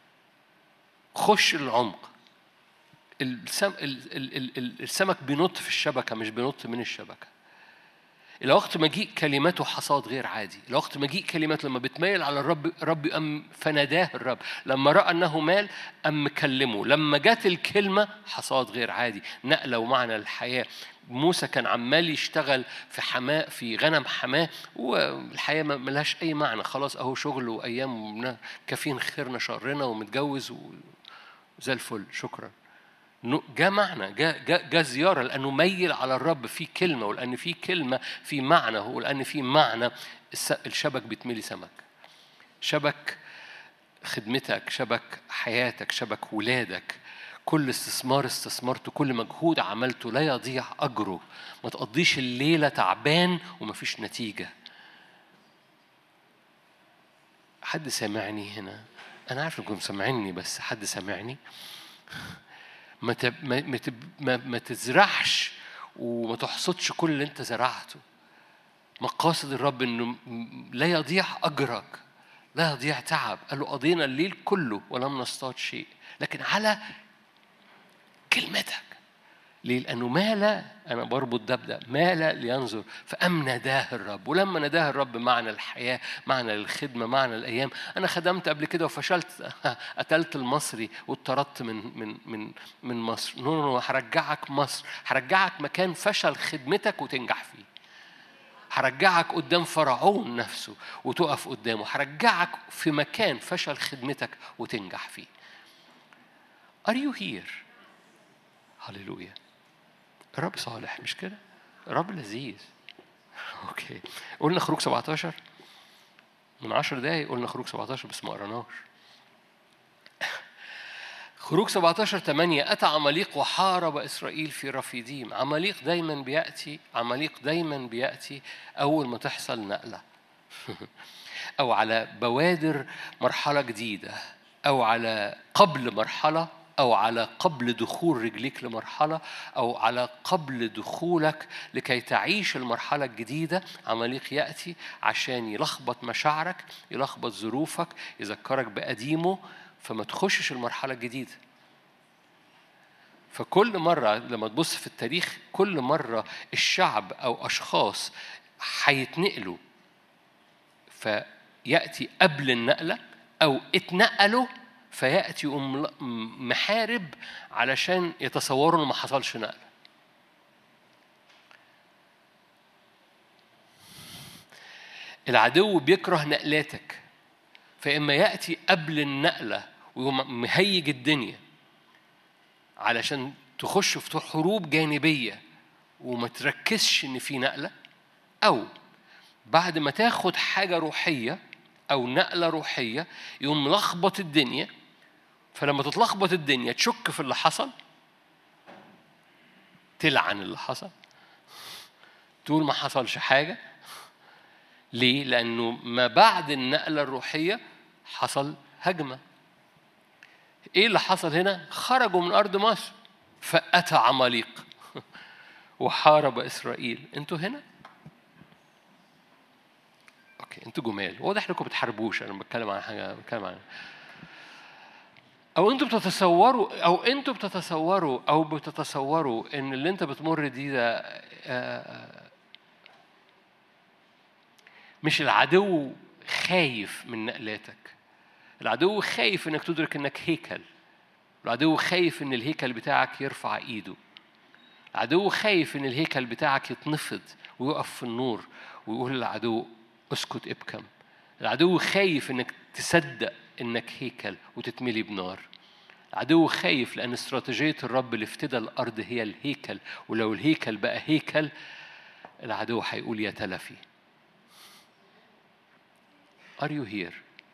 خش العمق، السم... السمك بينط في الشبكة مش بينط من الشبكة. إلى وقت مجيء كلماته حصاد غير عادي. إلى وقت مجيء كلماته لما بتميل على الرب، رب أم فناداه الرب. لما رأى أنه مال أم كلمه. لما جات الكلمة حصاد غير عادي، نقلة ومعنى الحياة. موسى كان عمال يشتغل في حماء، في غنم حماة، والحياة ما ملهاش أي معنى. خلاص أهو شغل وأيام كافين خيرنا شرنا ومتجوز وزي الفل، شكرا. جاء معنى، جاء جاء جاء زيارة، لأنه ميل على الرب في كلمة، ولأن في كلمة في معنى، ولأن في معنى الشبك بيتملي سمك. شبك خدمتك، شبك حياتك، شبك ولادك. كل استثمار استثمرته، كل مجهود عملته لا يضيع أجره. ما تقضيش الليلة تعبان ومفيش نتيجة. حد سامعني هنا؟ أنا عارف إنكم سامعيني، بس حد سامعني؟ ما ما ما ما تزرعش وما تحصدش كل اللي انت زرعته. مقاصد الرب انه لا يضيع اجرك، لا يضيع تعب. قال له قضينا الليل كله ولم نصطاد شيء، لكن على كلمتك. ليه؟ لأنه مال، أنا بربط دبدة، مال لينظر فأم نداه الرب. ولما نداه الرب معنى الحياة، معنى الخدمة، معنى الأيام. أنا خدمت قبل كده وفشلت، قتلت المصري واتطردت من من من من مصر. نو نو هرجعك مصر، هرجعك مكان فشل خدمتك وتنجح فيه. هرجعك قدام فرعون نفسه وتقف قدامه. هرجعك في مكان فشل خدمتك وتنجح فيه. Are you here؟ هللويا. الرب صالح، مش كده؟ الرب لذيذ. اوكي، قلنا خروج سبعتاشر من عشر دقايق. قلنا خروج سبعتاشر بس ما قرناش. خروج سبعتاشر ثمانية. أتى عماليق وحارب إسرائيل في رفيديم. عماليق دايما بيأتي، عماليق دايما بيأتي أول ما تحصل نقلة أو على بوادر مرحلة جديدة، أو على قبل مرحلة، أو على قبل دخول رجليك لمرحلة، أو على قبل دخولك لكي تعيش المرحلة الجديدة. عماليق يأتي عشان يلخبط مشاعرك، يلخبط ظروفك، يذكرك بقديمه، فما تخشش المرحلة الجديدة. فكل مرة لما تبص في التاريخ، كل مرة الشعب أو أشخاص هيتنقلوا فيأتي قبل النقلة، أو اتنقلوا فيأتي محارب علشان يتصوروا إنه ما حصلش نقلة. العدو بيكره نقلاتك، فإما يأتي قبل النقلة ويقوم مهيج الدنيا علشان تخش في حروب جانبية وما تركزش إن في نقلة، أو بعد ما تاخد حاجة روحية أو نقلة روحية يقوم ملخبط الدنيا. فلما تتلخبط الدنيا تشك في اللي حصل، تلعن اللي حصل، تقول ما حصلش حاجة. ليه؟ لأنه ما بعد النقلة الروحية حصل هجمة. إيه اللي حصل هنا؟ خرجوا من أرض مصر فأتى عماليق وحارب إسرائيل. أنتوا هنا؟ أوكي، أنتوا جمال، واضح إنكم بتحاربوش. أنا بتكلم عن حاجة، بتكلم عن أو أنتوا بتتصوروا أو أنتوا بتتصوروا أو بتتصوروا إن اللي أنت بتمر دي ده مش العدو خايف من نقلاتك. العدو خايف إنك تدرك إنك هيكل. العدو خايف إن الهيكل بتاعك يرفع إيده. العدو خايف إن الهيكل بتاعك يتنفض ويقف في النور ويقول للعدو اسكت ابكم. العدو خايف إنك تصدق إنك هيكل وتتملي بنار. العدو خايف لأن استراتيجية الرب اللي افتدى الأرض هي الهيكل، ولو الهيكل بقى هيكل العدو هيقول يا تلفي. Are you here؟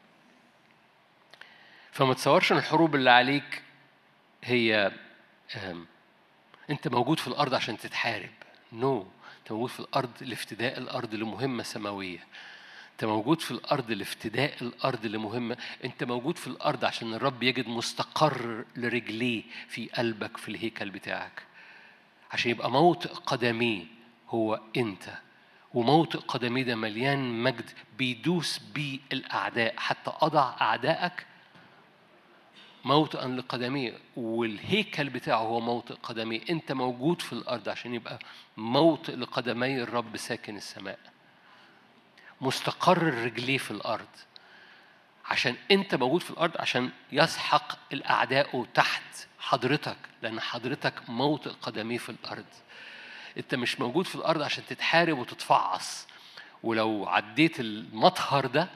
فما تصورش ان الحروب اللي عليك هي انت موجود في الارض عشان تتحارب. نو no. أنت موجود في الأرض لافتداء الأرض لمهمة سماوية. أنت موجود في الأرض لافتداء الأرض لمهمة. أنت موجود في الأرض عشان الرب يجد مستقر لرجليه في قلبك في الهيكل بتاعك، عشان يبقى موطئ قدميه هو أنت. وموطئ قدميه ده مليان مجد بيدوس بيه الأعداء حتى أضع أعدائك موطئا لقدميه. والهيكل بتاعه هو موطئ قدميه. أنت موجود في الأرض عشان يبقى موطئ لقدمي الرب ساكن السماء، مستقر الرجليه في الأرض. عشان أنت موجود في الأرض عشان يسحق الأعداء تحت حضرتك، لأن حضرتك موطئ قدميه في الأرض. أنت مش موجود في الأرض عشان تتحارب وتتفعص، ولو عديت المطهر ده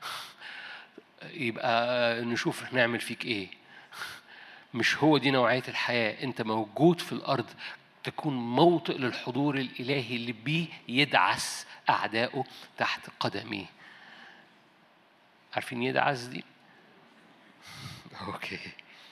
يبقى نشوف نعمل فيك إيه. مش هو دي نوعية الحياة. أنت موجود في الأرض تكون موطئ للحضور الإلهي اللي بيه يدعس أعدائه تحت قدميه. عارفين يدعس دي؟ أوكي.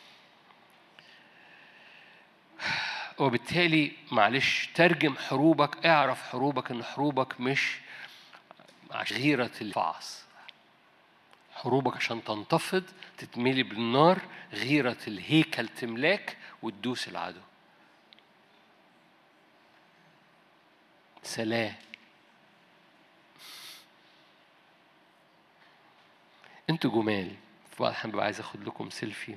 وبالتالي معلش ترجم حروبك، اعرف حروبك إن حروبك مش غيرة الفعص، حروبك عشان تنتفض تتملي بالنار، غيرة الهيكل تملاك وتدوس العدو. سلام. انتوا جمال. في بعض الأحيان ببقى عايز اخد لكم سيلفي.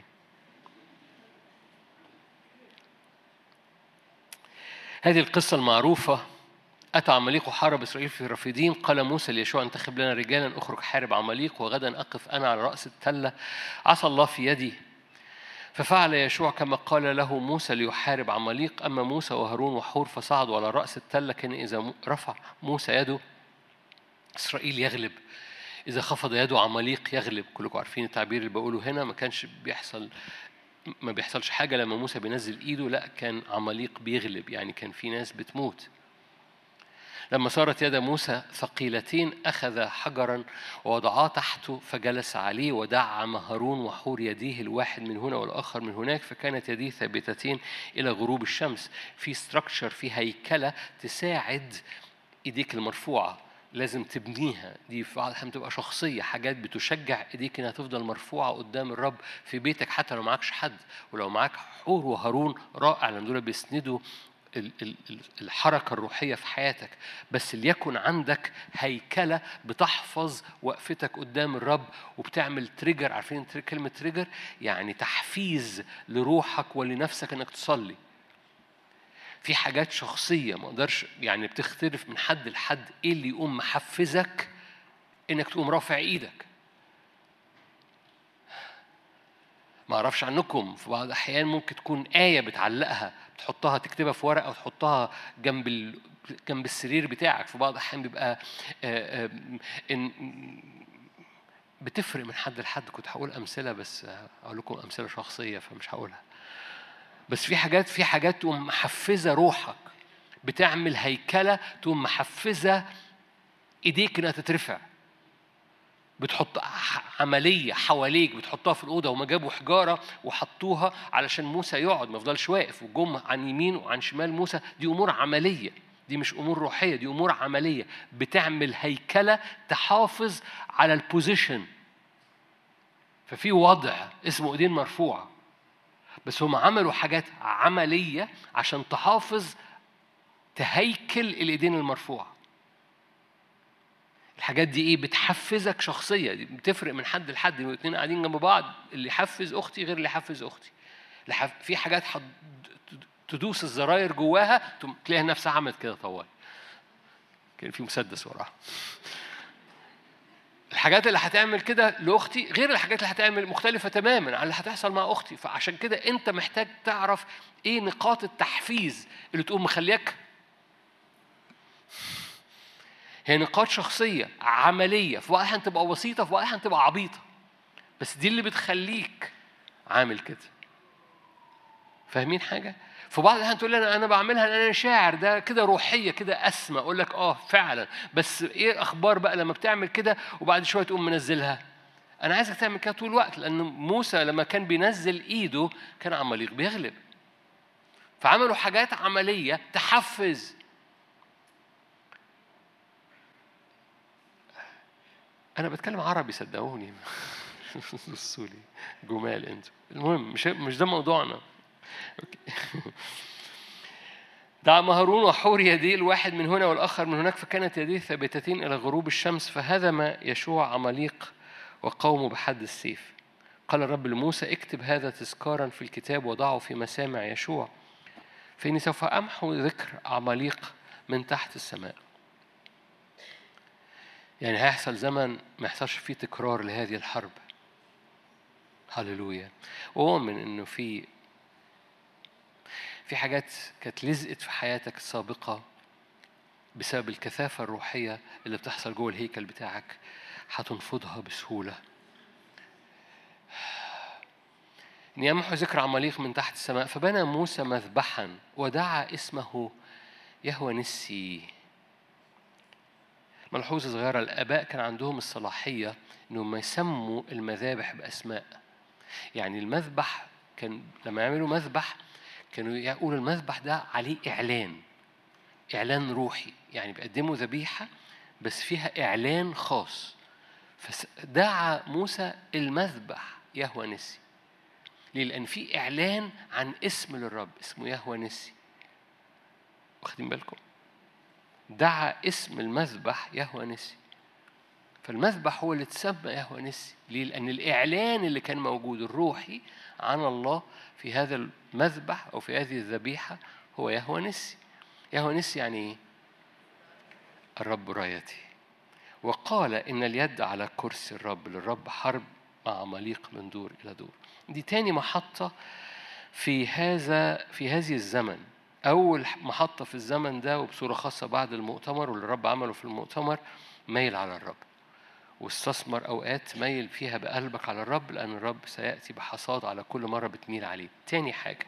هذه القصة المعروفة. أتى عماليق وحارب إسرائيل في رفيديم. قال موسى ليشوع انتخب لنا رجالا أخرج حارب عماليق وغدا أقف أنا على رأس التلة عصا الله في يدي. ففعل يشوع كما قال له موسى ليحارب عماليق. أما موسى وهارون وحور فصعدوا على رأس التلة. كان إذا رفع موسى يده إسرائيل يغلب، إذا خفض يده عماليق يغلب. كلكم عارفين التعبير اللي بقوله هنا. ما كانش بيحصل ما بيحصلش حاجة لما موسى بينزل إيده، لا كان عماليق بيغلب، يعني كان في ناس بتموت. لما صارت يد موسى ثقيلتين أخذ حجرا ووضعاه تحته فجلس عليه، ودعم هارون وحور يديه الواحد من هنا والآخر من هناك، فكانت يديه ثابتتين إلى غروب الشمس. في ستراكشر، في هيكلة تساعد إيديك المرفوعة، لازم تبنيها. دي في بعض الأحيان تبقى شخصية، حاجات بتشجع إيديك إنها تفضل مرفوعة قدام الرب في بيتك حتى لو معكش حد. ولو معاك حور وهارون رائع، لأن دول بيسندوا الحركة الروحية في حياتك. بس ليكن عندك هيكلة بتحفظ وقفتك قدام الرب وبتعمل تريجر. عارفين كلمة تريجر؟ يعني تحفيز لروحك ولنفسك إنك تصلي. في حاجات شخصية ما اقدرش، يعني بتختلف من حد لحد. إيه اللي يقوم محفزك إنك تقوم رافع إيدك؟ ما أعرفش عنكم، في بعض الأحيان ممكن تكون آية بتعلقها، بتحطها تكتبها في ورقة وتحطها جنب ال... جنب السرير بتاعك. في بعض الأحيان بيبقى آآ آآ إن بتفرق من حد لحد. كنت هقول أمثلة بس أقول لكم أمثلة شخصية فمش هقولها. بس في حاجات في حاجات تقوم محفزة روحك، بتعمل هيكلة تقوم محفزة إيديك إنها تترفع. بتحط عملية حواليك، بتحطها في الأوضة. وما جابوا حجارة وحطوها علشان موسى يقعد ما يفضلش واقف، وجم عن يمين وعن شمال موسى. دي أمور عملية، دي مش أمور روحية، دي أمور عملية بتعمل هيكلة تحافظ على البوزيشن. ففي وضع اسمه إيدين مرفوعة، بس هم عملوا حاجات عملية عشان تحافظ تهيكل الإيدين المرفوعة. الحاجات دي ايه؟ بتحفزك شخصيه. دي بتفرق من حد لحد. الاثنين قاعدين جنب بعض، اللي يحفز اختي غير اللي يحفز اختي. في حاجات حد... تدوس الزراير جواها تلاقيها نفسها عملت كده طوال، كان في مسدس وراها. الحاجات اللي هتعمل كده لاختي غير الحاجات اللي هتعمل مختلفه تماما عن اللي هتحصل مع اختي. فعشان كده انت محتاج تعرف ايه نقاط التحفيز اللي تقوم مخليك. هي نقاط شخصية عملية، في وقتها تبقى بسيطة، في وقتها تبقى عبيطة، بس دي اللي بتخليك عامل كده. فاهمين حاجة؟ في بعض الأحيان تقول لي أنا أنا بعملها لأن أنا شاعر ده كده روحية كده أسمى. أقول لك آه فعلا، بس إيه أخبار بقى لما بتعمل كده وبعد شوية تقوم منزلها؟ أنا عايزك تعمل كده طول الوقت، لأن موسى لما كان بينزل إيده كان عماليق بيغلب. فعملوا حاجات عملية تحفز. أنا بتكلم عربي صدقوني. بصوا لي جمال أنتوا. المهم مش مش ده موضوعنا. دعم هارون وحور يديه الواحد من هنا والآخر من هناك، فكانت يديه ثابتتين إلى غروب الشمس، فهدم يشوع عماليق وقومه بحد السيف. قال الرب لموسى: اكتب هذا تذكارا في الكتاب وضعه في مسامع يشوع، فإني سوف أمحو ذكر عماليق من تحت السماء. يعني هيحصل زمن ما يحصلش فيه تكرار لهذه الحرب. هللويا. وأؤمن إنه في في حاجات كانت لزقت في حياتك السابقة بسبب الكثافة الروحية اللي بتحصل جوه الهيكل بتاعك، هتنفضها بسهولة. إن يمحو ذكر عماليق من تحت السماء، فبنى موسى مذبحا ودعا اسمه يهوى نسي. ملحوظة صغيرة، الآباء كان عندهم الصلاحية إنهم يسموا المذابح بأسماء. يعني المذبح كان لما يعملوا مذبح كانوا يقولوا المذبح ده عليه إعلان، إعلان روحي، يعني بيقدموا ذبيحة بس فيها إعلان خاص. فدعا موسى المذبح يهوى نسي. ليه؟ لأن في إعلان عن اسم للرب اسمه يهوى نسي. واخدين بالكم؟ دعا اسم المذبح يهوى نسي. فالمذبح هو اللي تسمى يهوى نسي. ليه؟ لأن الإعلان اللي كان موجود الروحي عن الله في هذا المذبح أو في هذه الذبيحة هو يهوى نسي. يهوى نسي يعني إيه؟ الرب رايتي. وقال إن اليد على كرسي الرب، للرب حرب مع عماليق من دور إلى دور. دي تاني محطة في هذا في هذه الزمن. أول محطة في الزمن ده وبصورة خاصة بعد المؤتمر واللي الرب عمله في المؤتمر، ميل على الرب واستثمر أوقات ميل فيها بقلبك على الرب، لأن الرب سيأتي بحصاد على كل مرة بتميل عليه. تاني حاجة،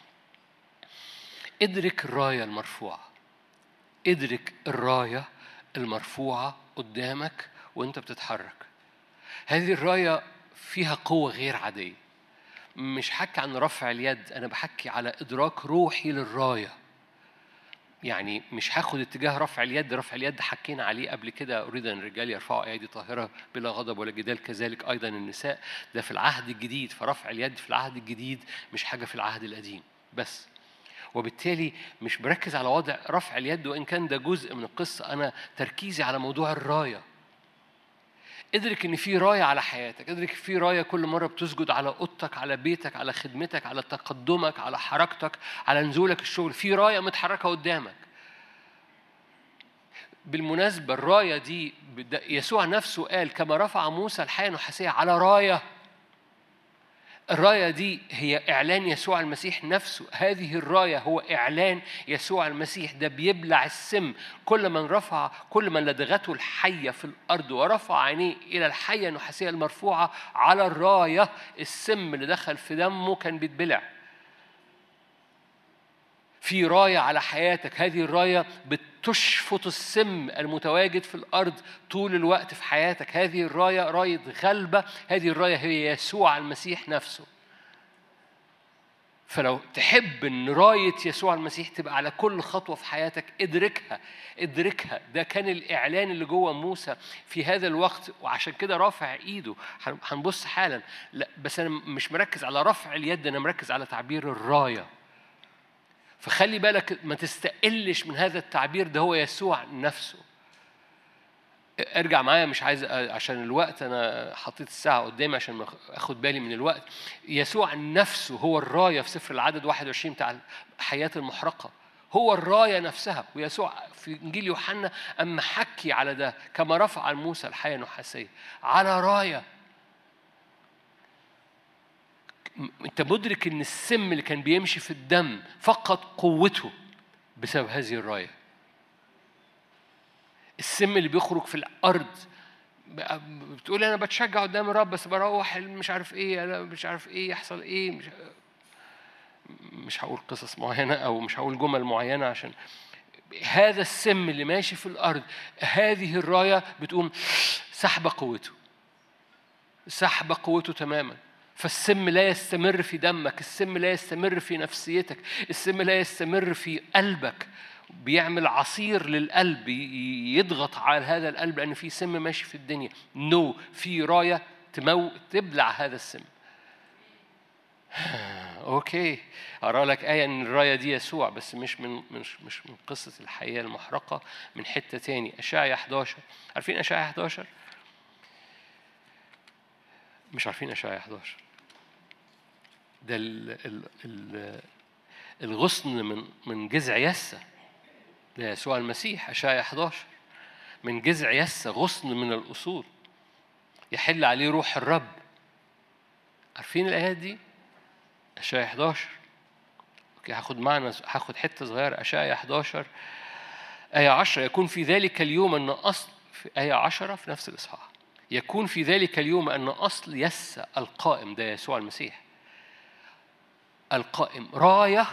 ادرك الراية المرفوعة. ادرك الراية المرفوعة قدامك وانت بتتحرك. هذه الراية فيها قوة غير عادية. مش حكي عن رفع اليد، أنا بحكي على إدراك روحي للراية. يعني مش هاخد اتجاه رفع اليد. رفع اليد حكينا عليه قبل كده، أريد أن الرجال يرفعوا أيدي طاهرة بلا غضب ولا جدال، كذلك أيضا النساء. ده في العهد الجديد، فرفع اليد في العهد الجديد مش حاجة في العهد القديم بس. وبالتالي مش بركز على وضع رفع اليد، وإن كان ده جزء من القصة، أنا تركيزي على موضوع الراية. ادرك إن في راية على حياتك. ادرك في راية كل مرة بتسجد على أوضتك، على بيتك، على خدمتك، على تقدمك، على حركتك، على نزولك الشغل. في راية متحركة قدامك. بالمناسبة الراية دي يسوع نفسه قال كما رفع موسى الحية النحاسية على راية. الراية دي هي إعلان يسوع المسيح نفسه. هذه الراية هو إعلان يسوع المسيح. ده بيبلع السم. كل من رفع كل من لدغته الحية في الأرض ورفع عينيه إلى الحية النحاسية المرفوعة على الراية، السم اللي دخل في دمه كان بيتبلع. في راية على حياتك. هذه الراية بتشفط السم المتواجد في الأرض طول الوقت في حياتك. هذه الراية راية غلبة. هذه الراية هي يسوع المسيح نفسه. فلو تحب أن راية يسوع المسيح تبقى على كل خطوة في حياتك، ادركها ادركها. ده كان الإعلان اللي جوه موسى في هذا الوقت، وعشان كده رافع إيده. هنبص حالا. لا بس أنا مش مركز على رفع اليد، أنا مركز على تعبير الراية. فخلي بالك ما تستقلش من هذا التعبير. ده هو يسوع نفسه. ارجع معايا، مش عايز عشان الوقت، أنا حطيت الساعة قدامي عشان أخد بالي من الوقت. يسوع نفسه هو الراية في سفر العدد واحد وعشرين بتاع الحياة المحرقة. هو الراية نفسها. ويسوع في إنجيل يوحنا أما حكي على ده كما رفع موسى الحية النحاسية على راية. أنت مدرك إن السم اللي كان بيمشي في الدم فقد قوته بسبب هذه الراية. السم اللي بيخرج في الأرض بتقول أنا بتشجع قدام الرب بس بروح مش عارف إيه، أنا مش عارف إيه يحصل إيه. مش مش هقول قصص معينة أو مش هقول جمل معينة عشان هذا السم اللي ماشي في الأرض. هذه الراية بتقوم سحب قوته، سحب قوته تماما. فالسم لا يستمر في دمك، السم لا يستمر في نفسيتك، السم لا يستمر في قلبك. بيعمل عصير للقلب، يضغط على هذا القلب لأن في سم ماشي في الدنيا. نو no. في راية تمو تبلع هذا السم. أوكي، أرى لك آية إن الراية دي يسوع، بس مش من مش مش من قصة الحياة المحرقة، من حتة تاني. أشعياء إحدى عشر، عارفين أشعياء إحدى عشر؟ مش عارفين أشعياء إحدى عشر؟ ده ال ال ال الغصن من من جذع يسة ليسوع المسيح. أشعياء إحدى عشر من جذع يسة، غصن من الأصول يحل عليه روح الرب. عارفين الآيات دي؟ أشعياء إحدى عشر. أوكي، هاخد معنا هاخد حتة صغيرة. أشعياء إحدى عشر آية عشرة، يكون في ذلك اليوم أن أصل، في آية عشرة في نفس الإصحاح، يكون في ذلك اليوم أن أصل يسة القائم، ده يسوع المسيح القائم، راية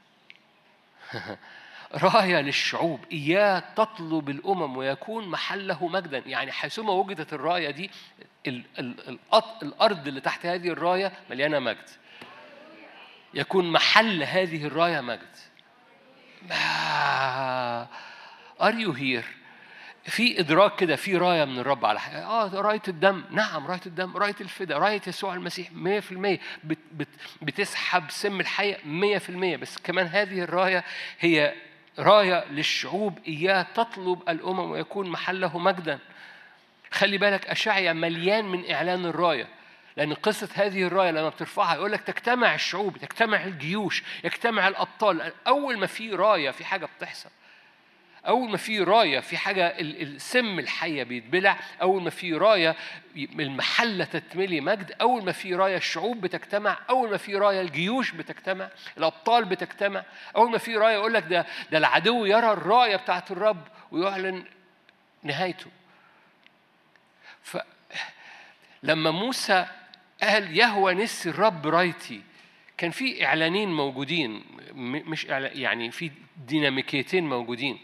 راية للشعوب، إياه تطلب الأمم ويكون محله مجدا. يعني حيثما وجدت الراية دي، ال ال ال الأرض اللي تحت هذه الراية مليانة مجد. يكون محل هذه الراية مجد. Are you here؟ في إدراك كده، في راية من الرب على حياتك. آه راية الدم، نعم راية الدم، راية الفداء، راية يسوع المسيح مية في المية بت بت بتسحب سم الحياة مية في المية. بس كمان هذه الراية هي راية للشعوب، إياه تطلب الأمم ويكون محله مجدا. خلي بالك أشعياء مليان من إعلان الراية، لأن قصة هذه الراية لما بترفعها يقول لك تجتمع الشعوب، تجتمع الجيوش، يجتمع الأبطال. أول ما في راية في حاجة بتحصل، أول ما في راية في حاجة، السم الحية بيتبلع. أول ما في راية المحلة تتملي مجد. أول ما في راية الشعوب بتجتمع. أول ما في راية الجيوش بتجتمع، الأبطال بتجتمع. أول ما في راية يقول لك ده ده العدو يرى الراية بتاعت الرب ويعلن نهايته. فلما موسى قال يهوى نسي الرب رايتي، كان في إعلانين موجودين، مش إعلان يعني في ديناميكيتين موجودين.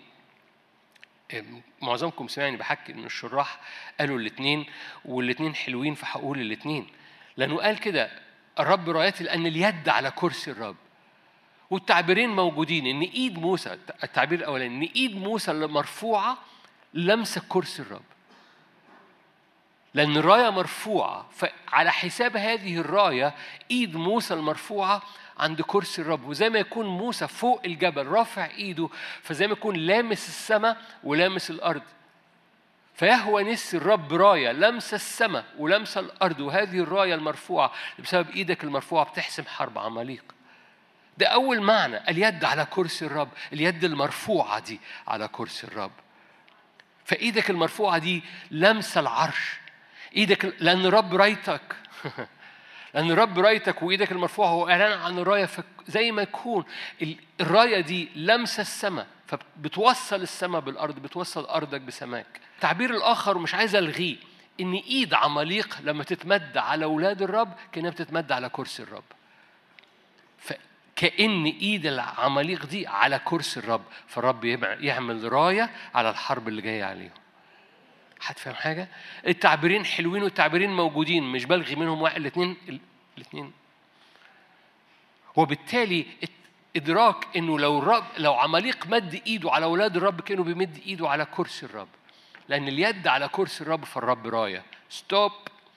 معظمكم سمعني بحكي إن الشراح قالوا الاثنين، والاثنين حلوين، فهقول الاثنين. لأنه قال كده الرب رايتي لأن اليد على كرسي الرب. والتعبيرين موجودين، إن إيد موسى، التعبير الأولاني إن إيد موسى اللي مرفوعة لمسة كرسي الرب، لأن الراية مرفوعة. فعلى حساب هذه الراية إيد موسى المرفوعة عند كرسي الرب. وزي ما يكون موسى فوق الجبل رافع إيده، فزي ما يكون لامس السماء ولامس الأرض. فيهوى نسي الرب راية لمس السماء ولمس الأرض، وهذه الراية المرفوعة بسبب إيدك المرفوعة بتحسم حرب عماليق. ده أول معنى، اليد على كرسي الرب، اليد المرفوعة دي على كرسي الرب. فإيدك المرفوعة دي لمس العرش، إيدك لأن رب رايتك لأن رب رايتك وإيدك المرفوعة هو إعلان عن الراية. زي ما يكون الراية دي لمسة السماء، فبتوصل السماء بالأرض، بتوصل أرضك بسماك. التعبير الآخر مش عايز ألغيه، إن إيد عماليق لما تتمد على أولاد الرب كأنها بتتمد على كرسي الرب. فكأن إيد العماليق دي على كرسي الرب، فالرب يعمل راية على الحرب اللي جاية عليهم. هتفهم حاجة؟ التعبيرين حلوين والتعبيرين موجودين، مش بلغي منهم واحد، الاثنين الاثنين. وبالتالي إدراك إنه لو الرب لو عماليق مد إيده على أولاد الرب كأنه بيمد إيده على كرسي الرب، لأن اليد على كرسي الرب فالرب راية. ستوب.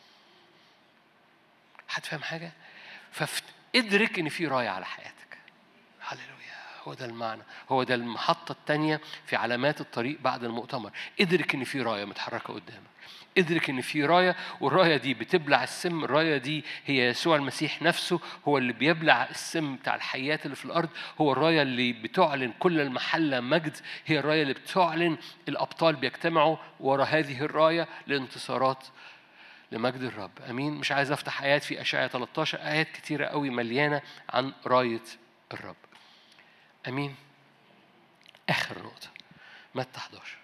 هتفهم حاجة؟ فادرك إن في راية على حياتك. هللويا. هو ده المعنى، هو ده المحطة الثانية في علامات الطريق بعد المؤتمر. ادرك إن في راية متحركة قدامك، ادرك إن في راية، والراية دي بتبلع السم. الراية دي هي يسوع المسيح نفسه، هو اللي بيبلع السم بتاع الحيات اللي في الأرض. هو الراية اللي بتعلن كل المحلة مجد، هي الراية اللي بتعلن الأبطال بيجتمعوا ورا هذه الراية لانتصارات لمجد الرب. أمين. مش عايز أفتح آيات في أشعياء ثلاثة عشر، آيات كتيرة قوي مليانة عن راية الرب. أمين. آخر نقطة متى إحدى عشر،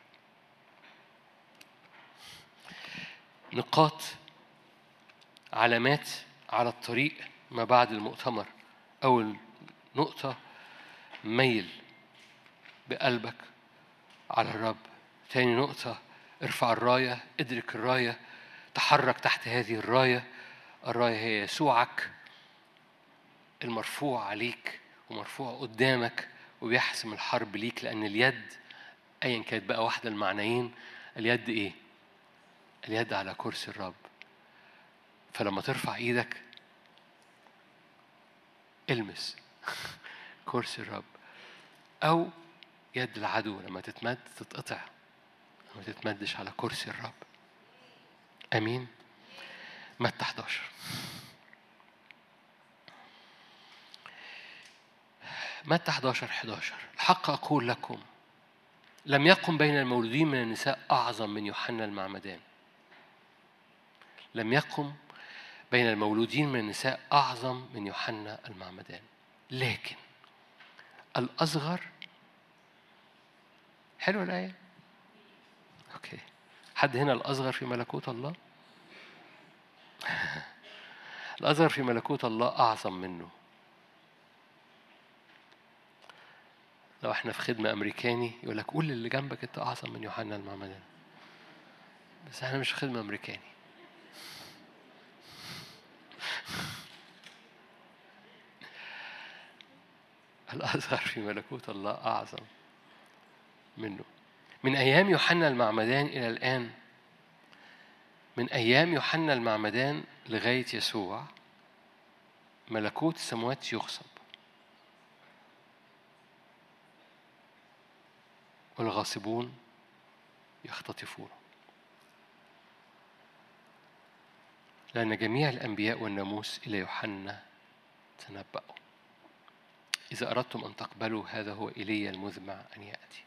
نقاط علامات على الطريق ما بعد المؤتمر. أول نقطة، ميل بقلبك على الرب. تاني نقطة، ارفع الراية، ادرك الراية، تحرك تحت هذه الراية. الراية هي يسوعك المرفوع عليك ومرفوع قدامك وبيحسم الحرب ليك، لأن اليد أيا كانت بقى واحدة المعنيين، اليد إيه؟ اليد على كرسي الرب. فلما ترفع إيدك المس كرسي الرب، أو يد العدو لما تتمد تتقطع، ما تتمدش على كرسي الرب. أمين. متى إحداشر. متى إحداشر إحداشر. الحق أقول لكم لم يقم بين المولودين من النساء أعظم من يوحنا المعمدان. لم يقم بين المولودين من النساء أعظم من يوحنا المعمدان، لكن الأصغر. حلو الآية؟ أوكي. حد هنا الأصغر في ملكوت الله؟ الأصغر في ملكوت الله أعظم منه. لو احنا في خدمة أمريكاني يقول لك قول اللي جنبك أنت أعظم من يوحنا المعمدان، بس احنا مش في خدمة أمريكاني. الأصغر في ملكوت الله أعظم منه. من أيام يوحنا المعمدان إلى الآن، من أيام يوحنا المعمدان لغاية يسوع، ملكوت السماوات يغصب والغاصبون يختطفون، لأن جميع الأنبياء والناموس إلى يوحنا تنبأوا. إذا أردتم أن تقبلوا هذا هو إيليا المزمع أن يأتي.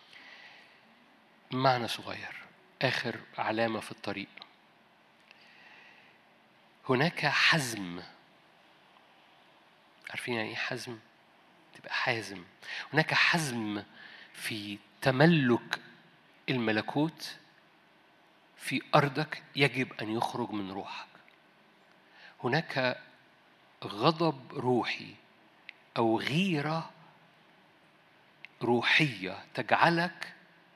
معنى صغير، آخر علامة في الطريق. هناك حزم. عارفين يعني إيه حزم؟ تبقى حازم. هناك حزم في تملك الملكوت في أرضك يجب أن يخرج من روحك. هناك غضب روحي أو غيرة روحية تجعلك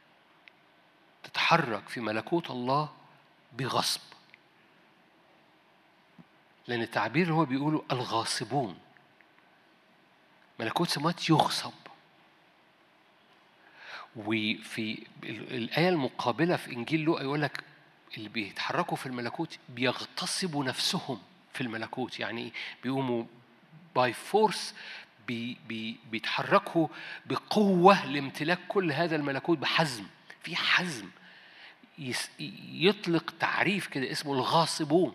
تتحرك في ملكوت الله بغصب، لأن التعبير اللي هو بيقوله الغاصبون، ملكوت سماوات يغصب. وفي الآية المقابلة في إنجيل لوقا يقول لك اللي بيتحركوا في الملكوت بيغتصبوا نفسهم في الملكوت. يعني بيقوموا باي فورس، بي بي بيتحركوا بقوة لامتلاك كل هذا الملكوت بحزم. في حزم يطلق تعريف كده اسمه الغاصبون.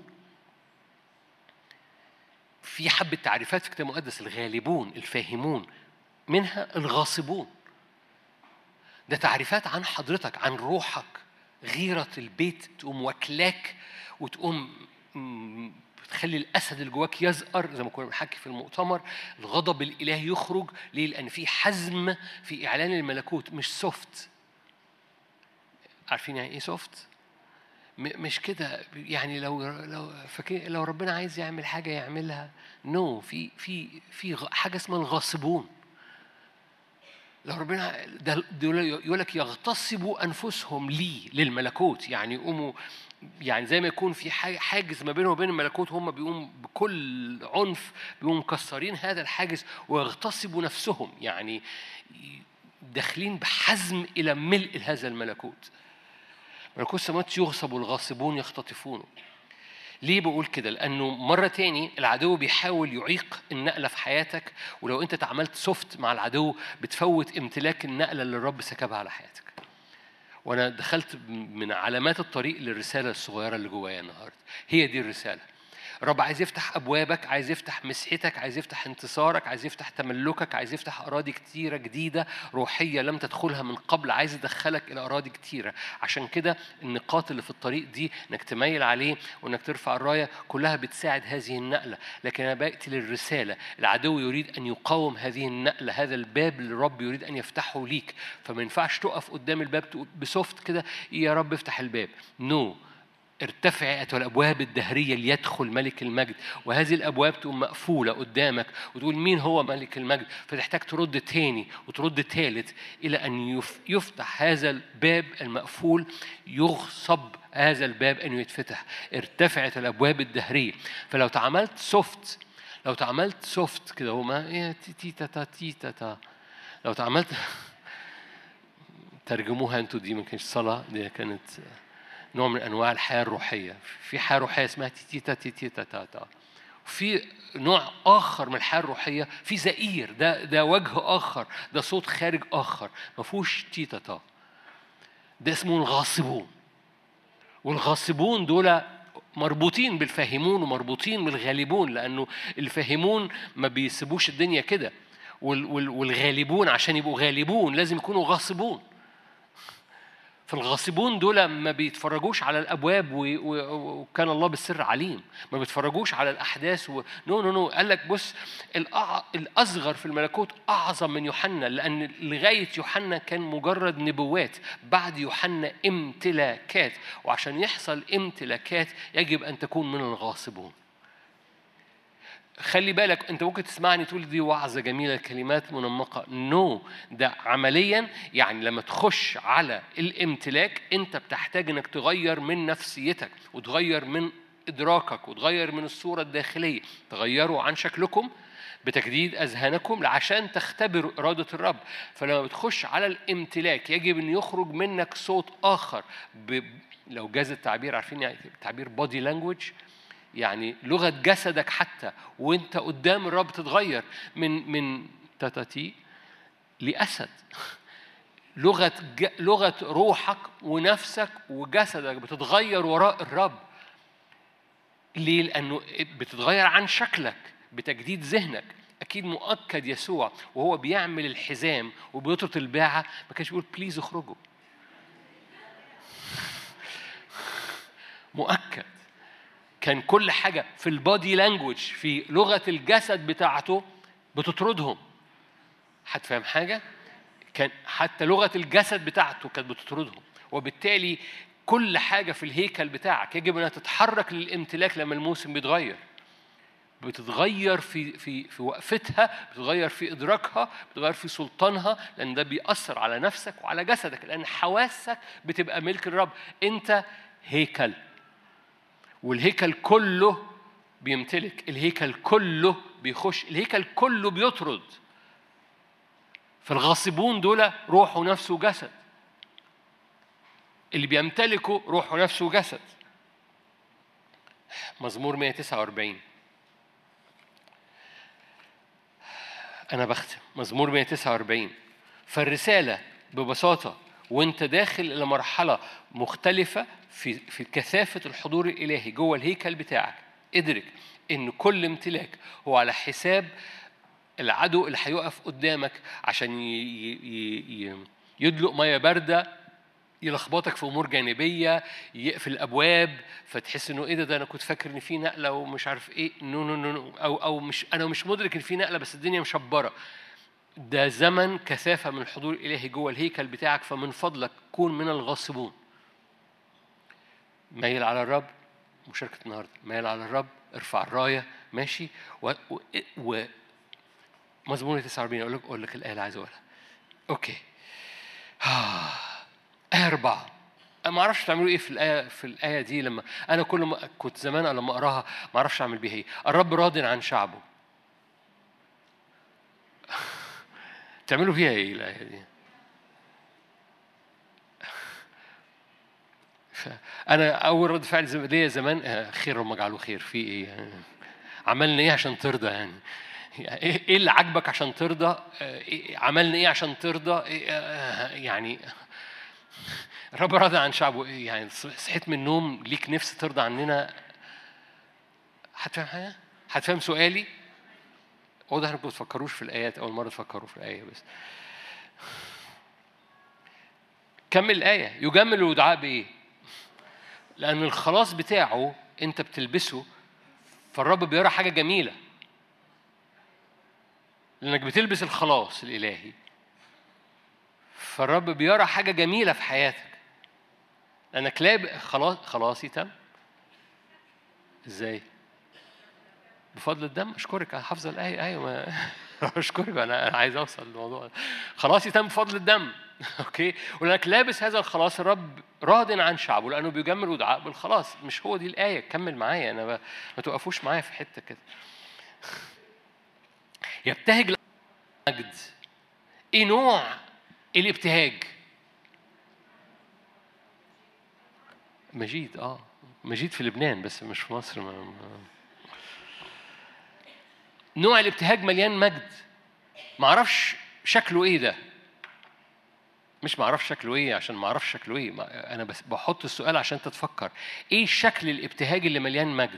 في حبة تعريفات في الكتاب المقدس: الغالبون، الفاهمون، منها الغاصبون. ده تعريفات عن حضرتك، عن روحك. غيرة البيت تقوم واكلاك وتقوم تخلي الأسد اللي جواك يزقر، زي ما كنا بنحكي في المؤتمر. الغضب الإلهي يخرج ليه؟ لأن في حزم في إعلان الملكوت، مش سوفت. عارفين يعني إيه سوفت؟ مش كده يعني لو لو فاكر لو ربنا عايز يعمل حاجة يعملها. نو no. في في في حاجة اسمها الغاصبون. لو ربنا ده يقول لك يغتصبوا أنفسهم لي للملكوت، يعني يقوموا، يعني زي ما يكون في حاجز ما بينهم وبين الملكوت، هم بيقوموا بكل عنف بيقوموا مكسرين هذا الحاجز ويغتصبوا نفسهم، يعني داخلين بحزم إلى ملء هذا الملكوت. ملكوت السماوات يغصب والغاصبون يختطفونه. ليه بقول كده؟ لأنه مرة تاني العدو بيحاول يعيق النقلة في حياتك، ولو أنت تعملت سوفت مع العدو بتفوت امتلاك النقلة اللي الرب سكبها على حياتك. وأنا دخلت من علامات الطريق للرسالة الصغيرة اللي جوايا النهاردة. هي دي الرسالة. الرب عايز يفتح أبوابك، عايز يفتح مسحتك، عايز يفتح انتصارك، عايز يفتح تملكك، عايز يفتح أراضي كتيرة جديدة روحية لم تدخلها من قبل، عايز يدخلك إلى أراضي كتيرة. عشان كده النقاط اللي في الطريق دي إنك تميل عليه وإنك ترفع الراية كلها بتساعد هذه النقلة. لكن أنا بأتي للرسالة. العدو يريد أن يقاوم هذه النقلة، هذا الباب اللي الرب يريد أن يفتحه ليك. فما ينفعش تقف قدام الباب بسوفت كده يا رب افتح الباب. نو no. ارتفعي أيتها الأبواب الدهرية ليدخل ملك المجد. وهذه الأبواب تقوم مقفولة قدامك وتقول مين هو ملك المجد، فتحتاج ترد تاني وترد تالت إلى أن يفتح هذا الباب المقفول، يغصب هذا الباب أنه يتفتح. ارتفعت الأبواب الدهرية. فلو تعملت سوفت لو تعملت سوفت كده هو ما إيه تي تي تا تا تي تا تا لو تعملت ترجموها أنتوا، دي ما كانش صلاة، دي كانت نوع من أنواع الحياة الروحية. في حياة روحية اسمها تي تا تي تي تا تا تا. وفي نوع آخر من الحياة الروحية في زئير، ده ده وجه آخر، ده صوت خارج آخر ما فيهوش تي تا تا. ده اسمه الغاصبون. والغاصبون دول مربوطين بالفاهمون ومربوطين بالغالبون، لأنه الفاهمون ما بيسيبوش الدنيا كده، والغالبون عشان يبقوا غالبون لازم يكونوا غاصبون. فالغاصبون دول ما بيتفرجوش على الأبواب وكان الله بالسر عليم، ما بيتفرجوش على الأحداث و... نو نو نو قال لك بص، الأع... الأصغر في الملكوت أعظم من يوحنا، لأن لغاية يوحنا كان مجرد نبوات، بعد يوحنا امتلاكات، وعشان يحصل امتلاكات يجب أن تكون من الغاصبون. خلي بالك، انت ممكن تسمعني تقول دي وعظة جميلة كلمات منمقة، نو no. ده عمليا يعني لما تخش على الامتلاك انت بتحتاج انك تغير من نفسيتك وتغير من ادراكك وتغير من الصورة الداخلية. تغيروا عن شكلكم بتجديد أذهانكم عشان تختبروا إرادة الرب. فلما بتخش على الامتلاك يجب أن يخرج منك صوت آخر ب... لو جاز التعبير، عارفين يعني تعبير body language، يعني لغة جسدك حتى وانت قدام الرب تتغير من من تاتاتي لأسد. لغة ج... لغة روحك ونفسك وجسدك بتتغير وراء الرب. ليه؟ لأنه بتتغير عن شكلك بتجديد ذهنك. أكيد مؤكد يسوع وهو بيعمل الحزام وبيطرد الباعة ما كانش بيقول بليز اخرجوا. مؤكد كان كل حاجة في البادي لانجوج، في لغة الجسد بتاعته بتطردهم. هتفهم حاجة؟ كان حتى لغة الجسد بتاعته كانت بتطردهم، وبالتالي كل حاجة في الهيكل بتاعك يجب أنها تتحرك للامتلاك. لما الموسم بيتغير بتتغير في في في وقفتها، بتتغير في إدراكها، بتتغير في سلطانها، لأن ده بيأثر على نفسك وعلى جسدك، لأن حواسك بتبقى ملك الرب. أنت هيكل، والهيكل كله بيمتلك، الهيكل كله بيخش، الهيكل كله بيطرد. فالغاصبون دول روح ونفس وجسد، اللي بيمتلكوا روح ونفس وجسد. مزمور مئة وتسعة وأربعين، أنا بختم مزمور مئة وتسعة وأربعين. فالرسالة ببساطة وانت داخل إلى مرحلة مختلفة في في كثافة الحضور الإلهي جوه الهيكل بتاعك، ادرك إن كل امتلاك هو على حساب العدو اللي هيقف قدامك عشان يدلق مية باردة، يلخبطك في أمور جانبية، يقفل الأبواب، فتحس إنه إيه ده ده أنا كنت فاكر إن في نقلة ومش عارف إيه، نو نو نو أو أو مش أنا مش مدرك إن في نقلة بس الدنيا مشبرة. ده زمن كثافة من الحضور الإلهي جوه الهيكل بتاعك، فمن فضلك كون من الغاصبون. مايل على الرب، مشاركة النهاردة مايل على الرب، ارفع الراية ماشي. و, و... و... مزمور تسعة وأربعين أقول لك أقول لك الآية اللي عايز أقولها. أوكي. آية أربعة. أنا ما أعرفش تعملوا إيه في الآية في الآية دي. لما أنا كل ما كنت زمان لما أقراها ما أعرفش أعمل بيها إيه. الرب راضٍ عن شعبه. تعملوا فيها إيه الآية دي؟ أنا أول رد فعل ليا زمان خير وما جعله خير في إيه؟ عملنا إيه عشان ترضى يعني؟ إيه اللي عجبك عشان ترضى؟ عملنا إيه عشان ترضى؟ يعني الرب راضي عن شعبه. يعني صحيت من النوم ليك نفس ترضى عننا؟ هتفهم حاجة؟ هتفهم سؤالي؟ واضح انكم بتفكروش في الآيات، أول مرة تفكروا في الآية. بس كمل الآية. يجمل الودعاء بإيه؟ لأن الخلاص بتاعه أنت بتلبسه، فالرب بيرى حاجة جميلة لأنك بتلبس الخلاص الإلهي. فالرب بيرى حاجة جميلة في حياتك لأنك لابس خلاص. خلاصي تم، ازاي؟ بفضل الدم. اشكرك، حافظه الايه. ايوه اشكرك، انا انا عايز اوصل للموضوع. خلاص يتم بفضل الدم. اوكي، ولانك لابس هذا الخلاص الرب راض عن شعبه لانه بيجمل ودعاء بالخلاص. مش هو دي الايه؟ كمل معايا، انا ب... ما توقفوش معايا في حته كده. يبتهج المجد. ايه نوع الابتهاج؟ مجيد. اه مجيد في لبنان بس مش في مصر. ما... ما... نوع الابتهاج مليان مجد. ما اعرفش شكله ايه ده. مش ما اعرفش شكله ايه عشان ما اعرفش شكله ايه. ما انا بس بحط السؤال عشان تتفكر. ايه شكل الابتهاج اللي مليان مجد؟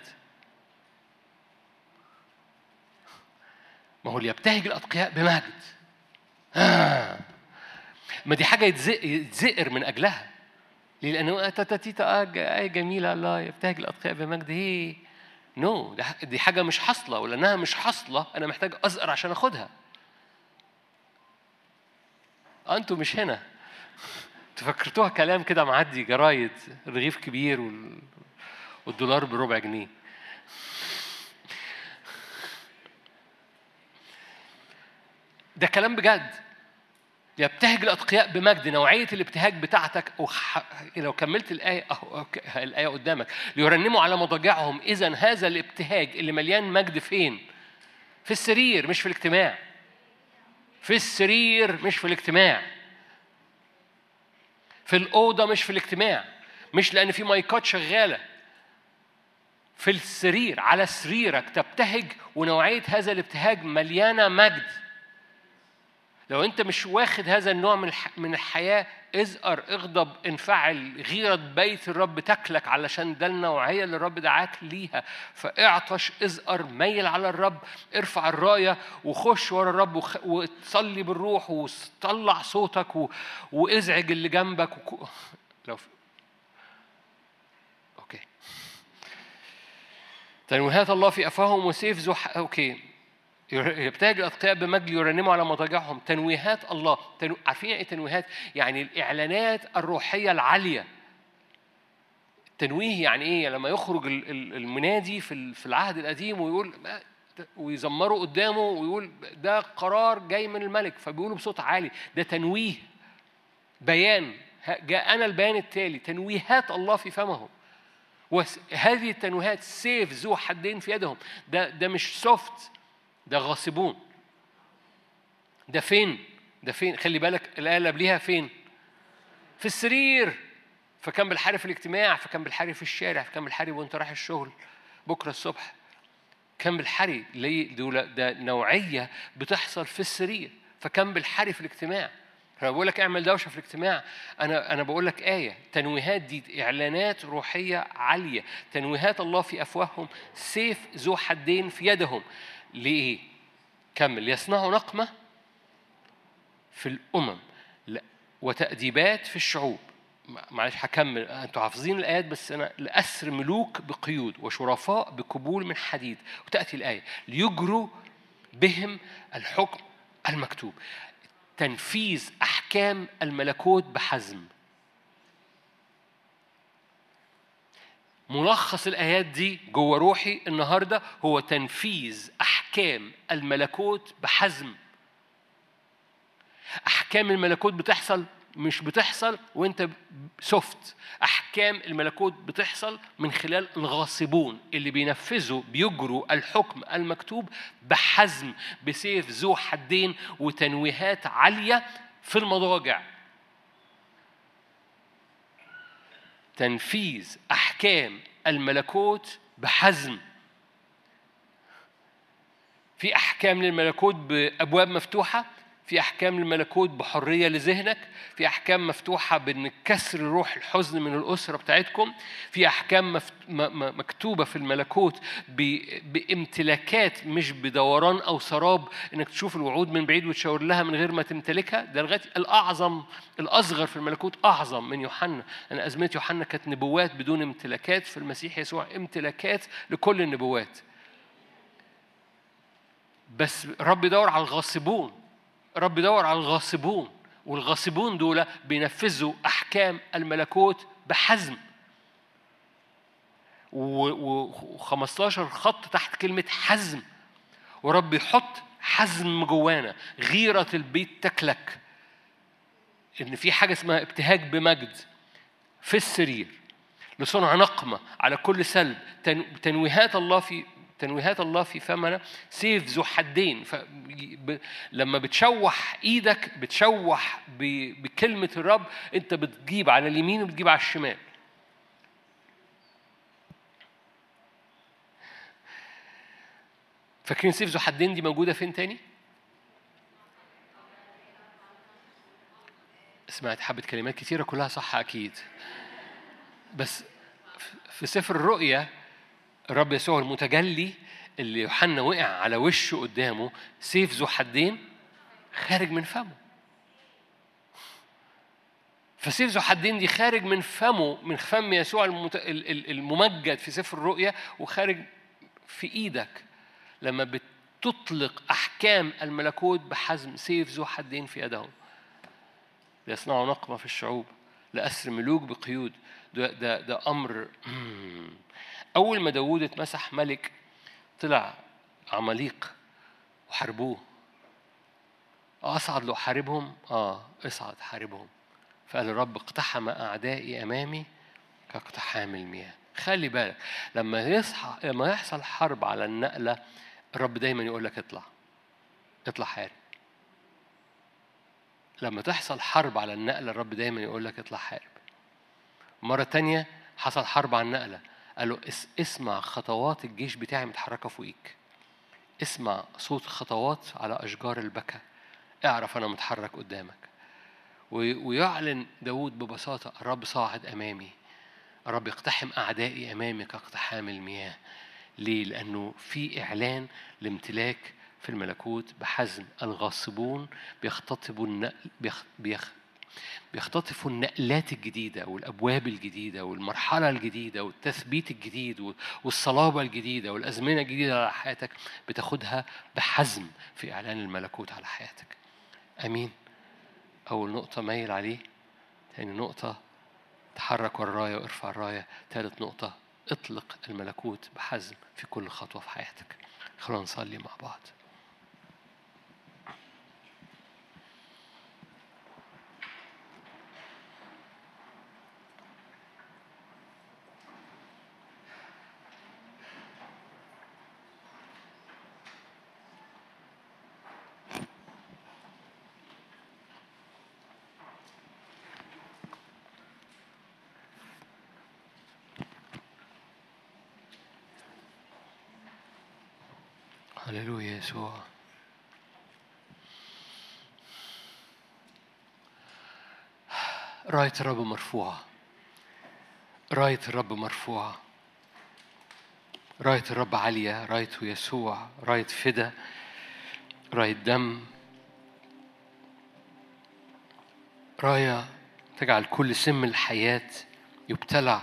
ما هو اللي يبتهج الاتقياء بمجد. آه. ما دي حاجه يتزق يتزقر من اجلها. ليه؟ لانه تاتيتا ايه جميله. الله يبتهج الاتقياء بمجد. ايه نو no. دي حاجه مش حاصله، ولانها مش حاصله انا محتاج ازقر عشان اخدها. انتوا مش هنا. تفكرتوها كلام كده معدي جرايد رغيف كبير وال... والدولار بربع جنيه. ده كلام بجد. يبتهج الأتقياء بمجد. نوعية الابتهاج بتاعتك وخ... لو كملت الآية أهو الآية قدامك، ليرنموا على مضاجعهم. إذن هذا الابتهاج اللي مليان مجد فين؟ في السرير مش في الاجتماع. في السرير مش في الاجتماع. في الأوضة مش في الاجتماع. مش لأن في مايكات شغالة. في السرير على سريرك تبتهج، ونوعية هذا الابتهاج مليانة مجد. لو أنت مش واخد هذا النوع من من الحياة، ازقر، اغضب، انفعل. غيرة بيت الرب تاكلك علشان ده النوعية اللي الرب دعاك ليها. فاعطش، ازقر، ميل على الرب، ارفع الراية وخش ورا الرب وخ... وتصلي بالروح وطلع صوتك و... وازعج اللي جنبك وك... لو في... اوكي. تنويهات الله في أفواههم وسيف ذو ح... اوكي. يبتهج الأتقياء بمجد يرنموا على مضاجعهم. تنويهات الله. تنو... عارفين ايه تنويهات؟ يعني الإعلانات الروحية العالية. تنويه يعني ايه؟ لما يخرج المنادي في في العهد القديم ويقول ويزمروا قدامه ويقول ده قرار جاي من الملك، فبيقولوا بصوت عالي. ده تنويه، بيان. جاءنا البيان التالي. تنويهات الله في فمهم. وهذه التنويهات سيف ذو حدين في يدهم. ده ده مش سوفت، ده غاصبون. ده فين؟ ده فين؟ خلي بالك الآية اللي قبليها فين؟ في السرير. فكان بالحارب في الاجتماع، فكان بالحارب في الشارع، فكان بالحارب وانت رايح الشغل بكرة الصبح. كان بالحارب. ليه؟ دول ده نوعية بتحصل في السرير. فكان بالحارب في الاجتماع. أنا بقول لك اعمل دوشة في الاجتماع. أنا أنا بقول لك آية. تنويهات دي إعلانات روحية عالية. تنويهات الله في أفواههم سيف ذو حدين في يدهم. ليه؟ كمل. يصنعوا نقمة في الأمم وتأديبات في الشعوب. معلش هكمل، أنتوا حافظين الآيات بس أنا. لأسر ملوك بقيود وشرفاء بقبول من حديد. وتأتي الآية ليجروا بهم الحكم المكتوب. تنفيذ أحكام الملكوت بحزم. ملخص الآيات دي جوه روحي النهاردة هو تنفيذ أحكام الملكوت بحزم. أحكام الملكوت بتحصل مش بتحصل وانت سوفت. أحكام الملكوت بتحصل من خلال الغاصبون اللي بينفذوا بيجروا الحكم المكتوب بحزم، بسيف ذو حدين وتنويهات عالية في المضاجع. تنفيذ أحكام الملكوت بحزم. في أحكام للملكوت بأبواب مفتوحة. في أحكام للملكوت بحرية لذهنك. في أحكام مفتوحة بأن كسر روح الحزن من الأسرة بتاعتكم. في أحكام مفت... م... مكتوبة في الملكوت ب... بامتلاكات مش بدوران أو سراب، أنك تشوف الوعود من بعيد وتشاور لها من غير ما تمتلكها. ده لغاية الأعظم الأصغر في الملكوت أعظم من يوحنا. أن أزمة يوحنا كانت نبوات بدون امتلاكات، في المسيح يسوع امتلاكات لكل النبوات. بس رب يدور على الغاصبون. رب يدور على الغاصبون، والغاصبون دول بينفذوا أحكام الملكوت بحزم. وخمستاشر خط تحت كلمة حزم، ورب يحط حزم جوانا. غيرة البيت تكلك، إن في حاجة اسمها ابتهاج بمجد في السرير لصنع نقمة على كل سلب. تنويهات الله في تنويهات الله في فمنا سيف ذو حدين. ف... ب... لما بتشوح ايدك بتشوح ب... بكلمة الرب، انت بتجيب على اليمين وبتجيب على الشمال. فاكرين سيف ذو حدين دي موجودة فين تاني؟ سمعت حبة كلمات كتيرة كلها صح أكيد، بس في سفر الرؤيا الرب يسوع المتجلي اللي يوحنا وقع على وشه قدامه سيف ذو حدين خارج من فمه. فسيف ذو حدين دي خارج من فمه، من فم يسوع الممجد في سفر الرؤيا، وخارج في إيدك لما بتطلق أحكام الملكوت بحزم. سيف ذو حدين في يدهم ليصنعوا نقمة في الشعوب، لأسر ملوك بقيود. ده, ده, ده أمر. أول ما داود اتمسح ملك طلع عماليق وحاربوه. أصعد لو حاربهم، آه اصعد حاربهم. فقال الرب اقتحم أعدائي أمامي كاقتحام المياه. خلي بالك لما يصحى لما يحصل حرب على النقلة، الرب دايما يقول لك اطلع اطلع حارب. لما تحصل حرب على النقلة الرب دايما يقول لك اطلع حارب. مرة تانية حصل حرب على النقلة، قال له اسمع خطوات الجيش بتاعي متحركة فوقيك، اسمع صوت خطوات على أشجار البكا، اعرف أنا متحرك قدامك. ويعلن داود ببساطة الرب صاعد أمامي، الرب يقتحم أعدائي أمامي كاقتحام المياه. ليه؟ لأنه في إعلان لامتلاك في الملكوت بحزم. الغاصبون بيختطفوا النقل بيخ... بيخ... بيختطفوا النقلات الجديدة والأبواب الجديدة والمرحلة الجديدة والتثبيت الجديد والصلابة الجديدة والأزمنة الجديدة على حياتك، بتاخدها بحزم في إعلان الملكوت على حياتك. أمين. أول نقطة ميل عليه. ثاني نقطة تحرك والراية وارفع الراية. ثالث نقطة اطلق الملكوت بحزم في كل خطوة في حياتك. خلونا نصلي مع بعض. هللويا يسوع. راية الرب مرفوعة، راية الرب مرفوعة، راية الرب عالية، راية يسوع، راية فدا، راية دم، راية تجعل كل سم الحياة يبتلع.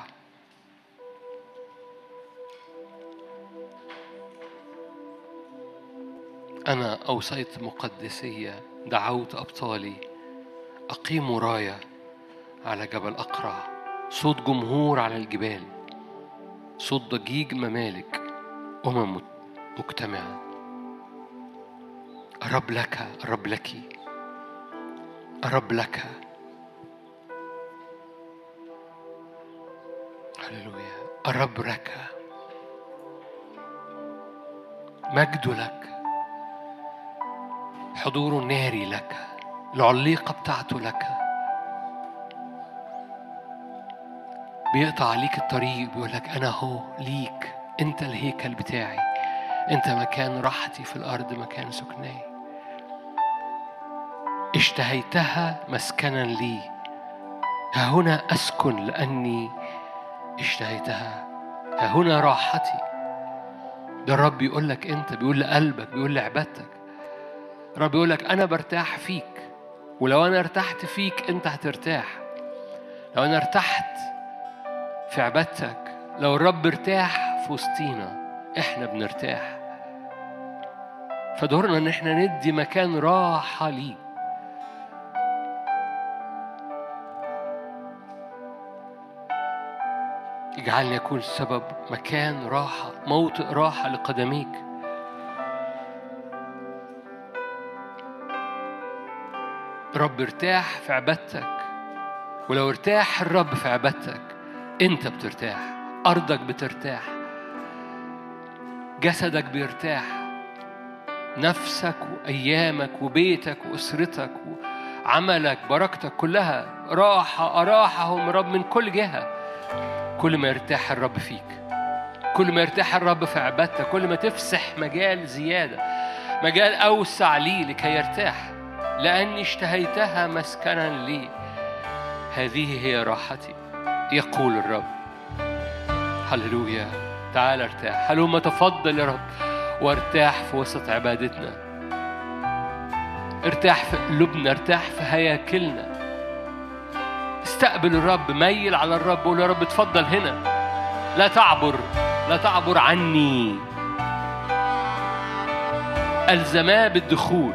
أنا أوصيت مقدسية، دعوت أبطالي، أقيموا راية على جبل أقرع، صوت جمهور على الجبال، صوت ضجيج ممالك، أمم مجتمعة. الرب لك، الرب لك، الرب لك. هللويا. الرب لك، مجد لك، حضور ناري لك، العليقة بتاعته لك. بيقطع عليك الطريق، بيقول لك أنا هو ليك، أنت الهيكل بتاعي، أنت مكان راحتي في الأرض، مكان سكني. اشتهيتها مسكنا لي، ها هنا أسكن لأني اشتهيتها، ها هنا راحتي. ده الرب بيقول لك أنت، بيقول لقلبك، بيقول لعبادتك. الرب بيقول لك أنا برتاح فيك، ولو أنا ارتحت فيك أنت هترتاح. لو أنا ارتحت في عبادتك، لو الرب ارتاح في وسطينا احنا بنرتاح. فدورنا ان احنا ندي مكان راحة ليه. اجعلني أكون سبب مكان راحة، موطئ راحة لقدميك. رب ارتاح في عبادتك، ولو ارتاح الرب في عبادتك انت بترتاح، أرضك بترتاح، جسدك بيرتاح، نفسك وأيامك وبيتك وأسرتك وعملك بركتك كلها راحة. أراحهم رب من كل جهة. كل ما يرتاح الرب فيك، كل ما يرتاح الرب في عبادتك، كل ما تفسح مجال زيادة، مجال أوسع لي لكي يرتاح. لأني اشتهيتها مسكنا لي، هذه هي راحتي يقول الرب. هللويا. تعال ارتاح. هلوم تفضل يا رب وارتاح في وسط عبادتنا، ارتاح في قلوبنا، ارتاح في هياكلنا. استقبل الرب، ميل على الرب، قول يا رب اتفضل هنا، لا تعبر، لا تعبر عني. ألزماه بالدخول.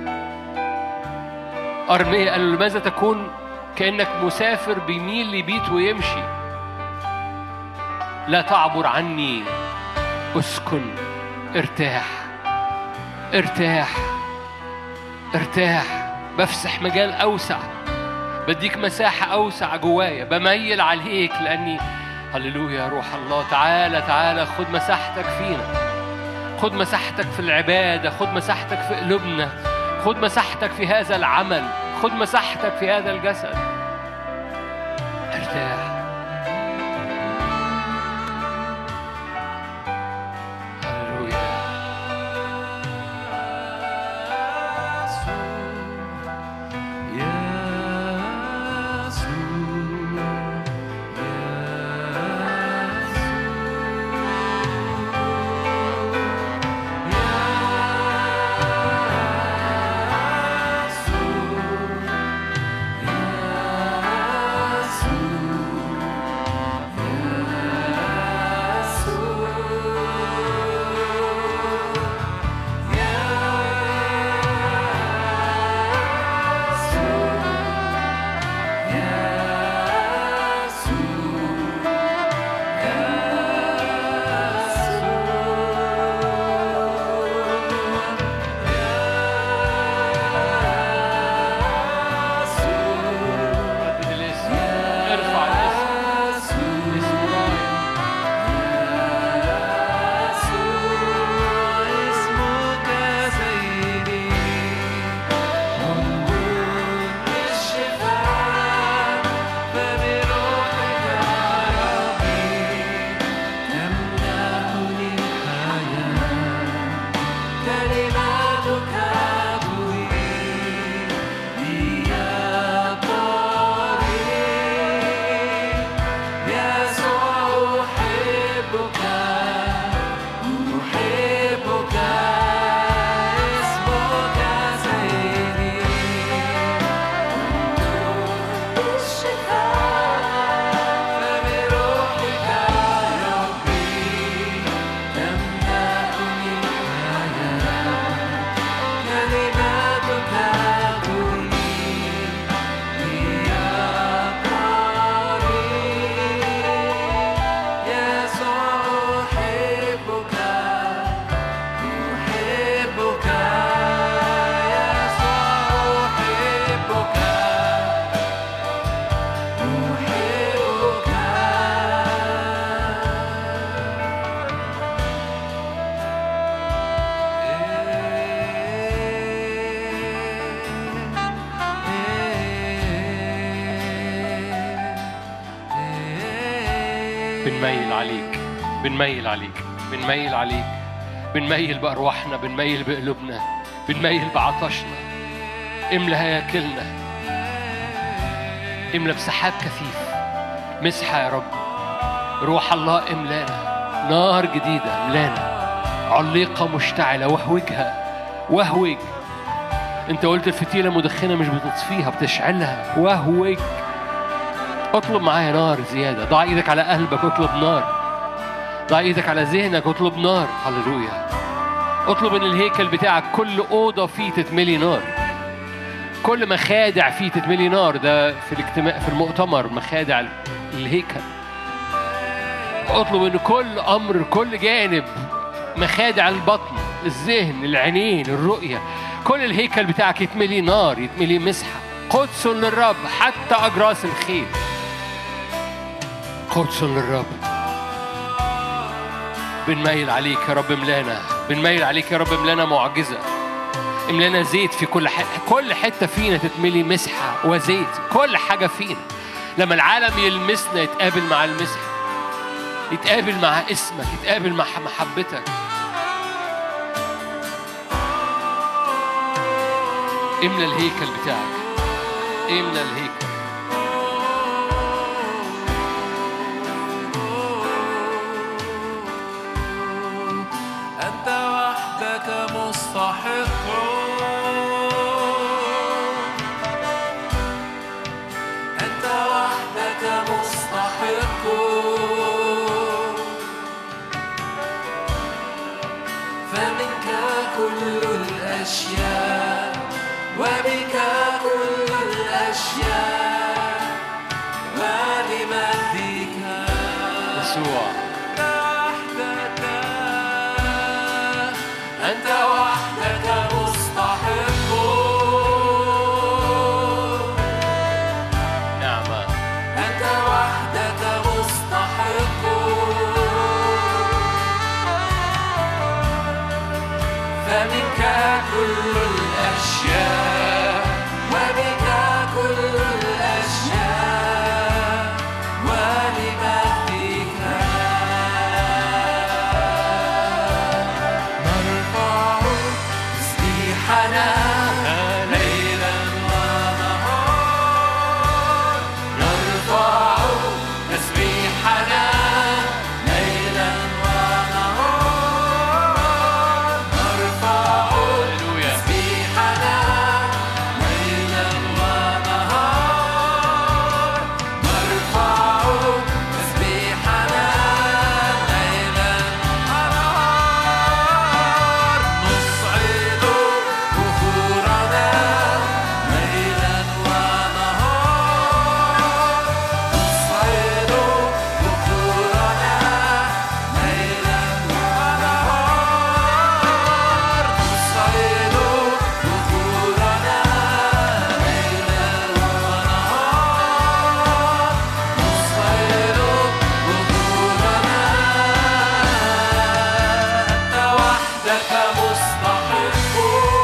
أرميا قال له لماذا تكون كأنك مسافر بيميل لبيت ويمشي؟ لا تعبر عني، اسكن، ارتاح ارتاح ارتاح. بفسح مجال أوسع، بديك مساحة أوسع جوايا، بميل عليك لأني هللويا. روح الله تعالى تعالى، خد مساحتك فينا، خد مساحتك في العبادة، خد مساحتك في قلوبنا، خد مساحتك في هذا العمل، خد مساحتك في هذا الجسد. ارتاح. بنميل عليك، بنميل عليك، بنميل عليك، بنميل بأرواحنا، بنميل بقلوبنا، بنميل بعطشنا. املى هياكلنا، املى بسحاب كثيف. مسحة يا رب، روح الله املانا، نار جديدة املانا، عليقة مشتعلة واهوجها، واهوج. انت قلت الفتيلة مدخنة مش بتطفيها، بتشعلها. واهوج. اطلب معايا نار زيادة. ضع ايدك على قلبك، اطلب نار. ضع ايدك على ذهنك، اطلب نار. هللويا. اطلب ان الهيكل بتاعك كل اوضة فيه تتملي نار، كل مخادع فيه تتملي نار. ده في الاجتماع، في المؤتمر، مخادع الهيكل. اطلب ان كل امر، كل جانب، مخادع البطن، الذهن، العينين، الرؤية، كل الهيكل بتاعك يتملي نار، يتملي مسحة. قدس للرب حتى أجراس الخيل. قدس للرب. بنميل عليك يا رب، املانا، بنميل عليك يا رب، املانا معجزة، املانا زيت في كل حتة، كل حتة فينا تتملي مسحة وزيت، كل حاجة فينا. لما العالم يلمسنا يتقابل مع المسحة، يتقابل مع اسمك، يتقابل مع محبتك. املى الهيكل بتاعك، املى الهيكل. أنت وحدك مستحق، أنت وحدك مستحق، فمنك كل الأشياء وبك كل الأشياء ولمجدك يسوع. أنت وحدك مستحق، نعم، أنت وحدك مستحق، فمنك كل الأشياء وبك كل الأشياء ولمجدك نرفع تسبيحنا ليلا ونهار، نرفع تسبيحنا ليلا ونهار، نرفع تسبيحنا ليلا ونهار، نرفع تسبيحنا ليلا ونهار، نصعد بخورنا ليلا ونهار، نصعد بخورنا ليلا ونهار، نصعد بخورنا ليلا ونهار، نصعد بخورنا. أنت وحدك مستحق،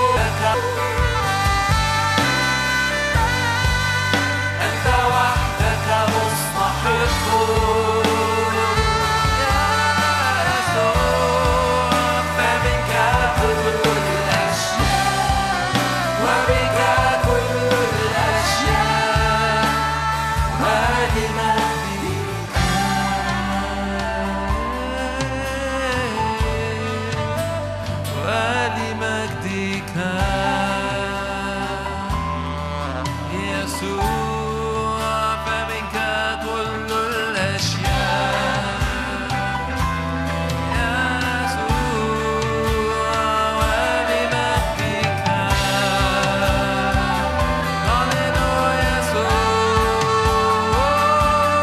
أنت وحدك مستحق يا يسوع، فمنك كل الأشياء وبك كل الأشياء ولمجدك يسوع، فمنك كل الأشياء يسوع ولمجدك. هللويا يسوع،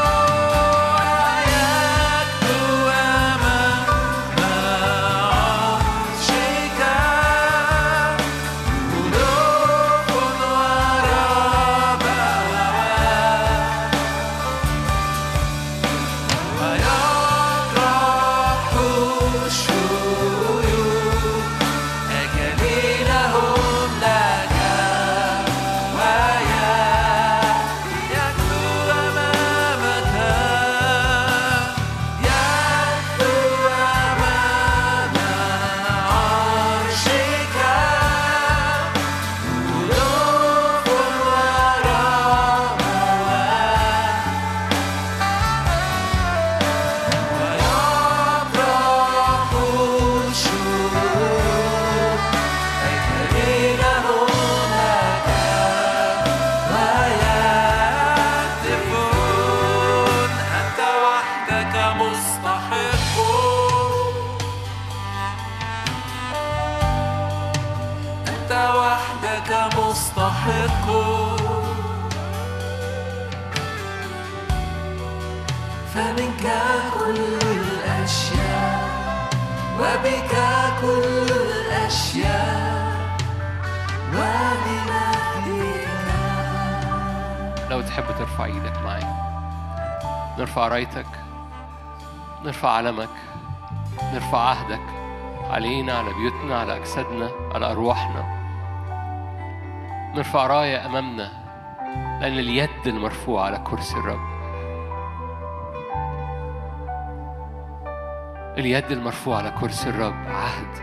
فمنك كل الأشياء وبك كل الأشياء ولمجدك. لو تحب ترفع ايدك معايا، نرفع رايتك، نرفع علمك، نرفع عهدك علينا، على بيوتنا، على أجسادنا، على أرواحنا. نرفع راية أمامنا لأن اليد المرفوعة على كرسي الرب، اليد المرفوعة على كرسي الرب عهد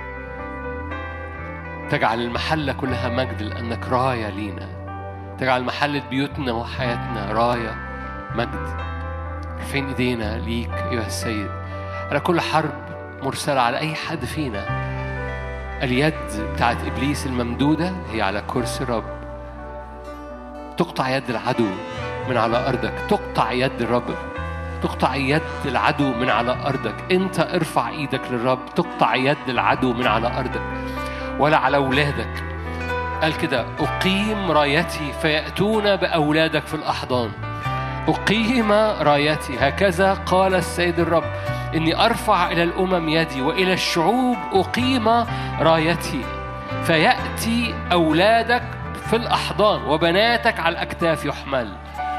تجعل المحلة كلها مجد لأنك راية لينا، تجعل محلة بيوتنا وحياتنا راية مجد. رافعين ايدينا ليك أيها السيد على كل حرب مرسلة على أي حد فينا. اليد بتاعت إبليس الممدودة هي على كرسي الرب. تقطع يد العدو من على أرضك، تقطع يد الرب، تقطع يد العدو من على أرضك. أنت ارفع إيدك للرب، تقطع يد العدو من على أرضك ولا على أولادك. قال كده أقيم رايتي فيأتون بأولادك في الأحضان. أقيم رايتي، هكذا قال السيد الرب، إني أرفع إلى الأمم يدي وإلى الشعوب أقيم رايتي فيأتي أولادك في الأحضان وبناتك على الأكتاف يحمل.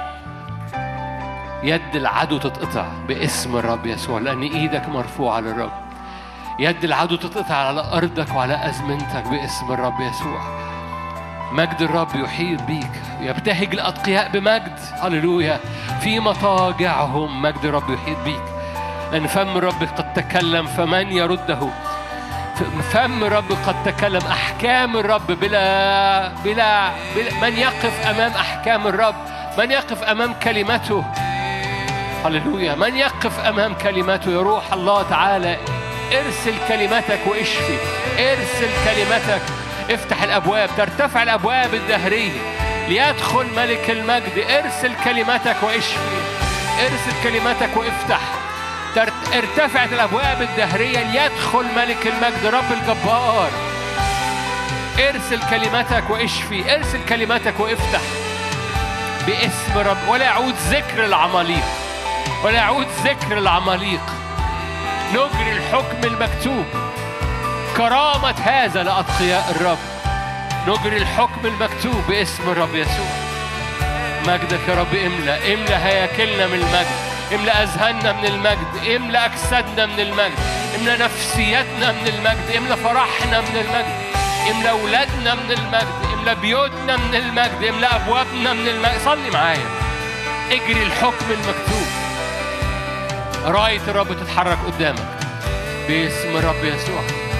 يد العدو تتقطع باسم الرب يسوع لأن إيدك مرفوعة للرب. يد العدو تتقطع على أرضك وعلى أزمنتك باسم الرب يسوع. مجد الرب يحيط بيك، يبتهج الأتقياء بمجد. هللويا. في مضاجعهم مجد الرب يحيط بيك، لأن فم الرب قد تكلم فمن يرده. فم الرب قد تكلم. أحكام الرب بلا بلا, بلا من يقف أمام أحكام الرب، من يقف أمام كلمته. هللويا. من يقف أمام كلمته. يا روح الله تعالى ارسل كلمتك واشفي، ارسل كلمتك. افتح الأبواب، ترتفع الأبواب الدهرية ليدخل ملك المجد. ارسل كلمتك واشفي، ارسل كلمتك وافتح. ارتفعت الأبواب الدهرية ليدخل ملك المجد رب الجبار. ارسل كلمتك واشفي، ارسل كلمتك وافتح باسم رب. ولا يعود ذكر العماليق، ولا يعود ذكر العماليق. نجري الحكم المكتوب، كرامة هذا لأتقياء الرب. نجري الحكم المكتوب باسم الرب يسوع. مجدك يا رب املأ املأ هياكلنا من المجد، املأ أذهاننا من المجد، املأ أجسادنا من المجد، املأ نفسيتنا من المجد، املأ فرحنا من المجد، املأ أولادنا من المجد، املأ بيوتنا من المجد، املأ أبوابنا من المجد. صلي معايا. اجري الحكم المكتوب. راية الرب تتحرك قدامك باسم الرب يسوع.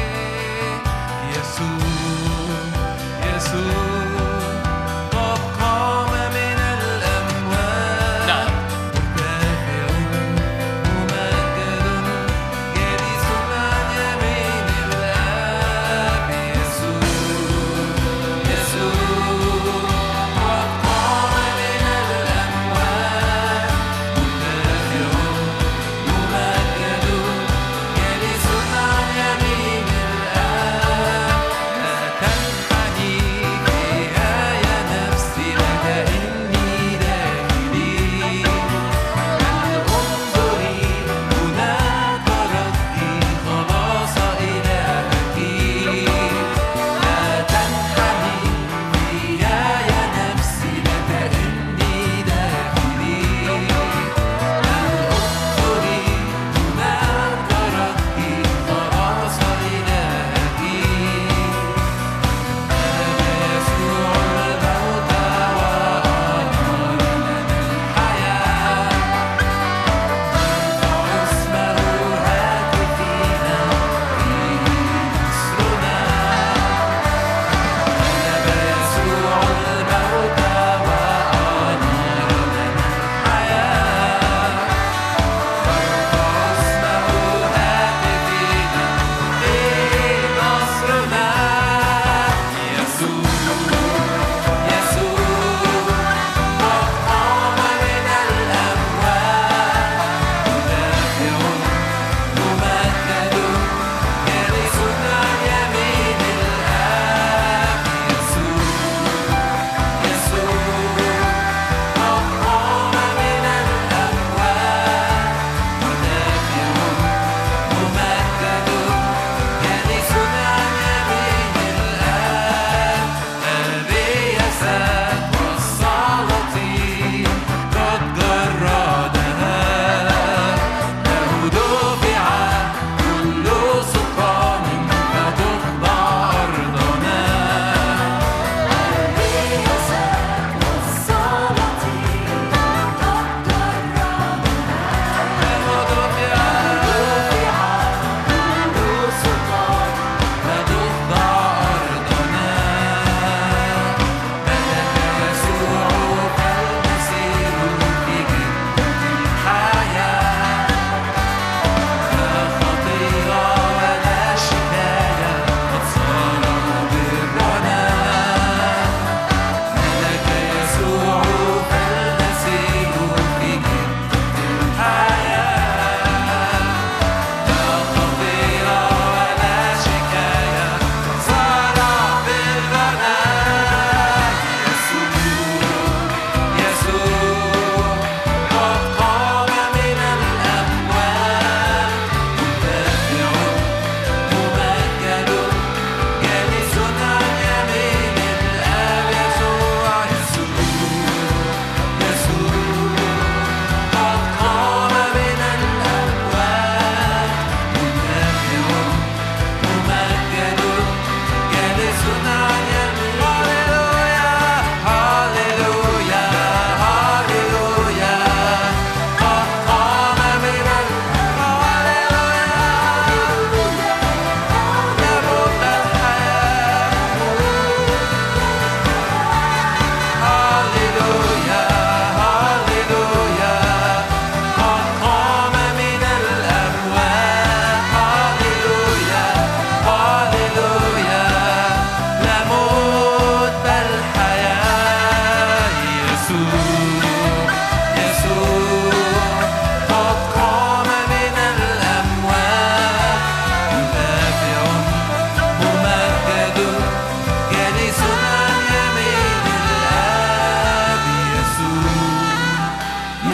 يسوع يسوع قد قام من الأموات. نعم. مرتفع ممجد جالس عن يمين الآب. يسوع يسوع قد قام من الأموات. مرتفع ممجد جالس عن يمين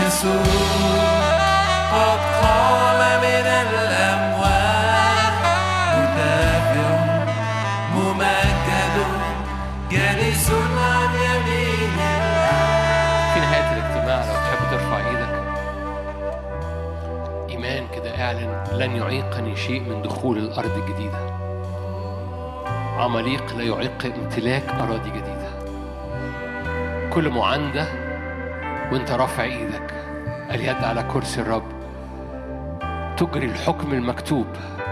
يسوع قد قام من الأموات مرتفع ممجد جالس عن يمين في نهاية الاجتماع لو تحب ترفع ايدك إيمان كده اعلن: لن يعيقني شيء من دخول الأرض الجديدة. عماليق لا يعيق امتلاك أراضي جديدة. كل معاندة وانت رافع ايدك اليد على كرسي الرب تجري الحكم المكتوب: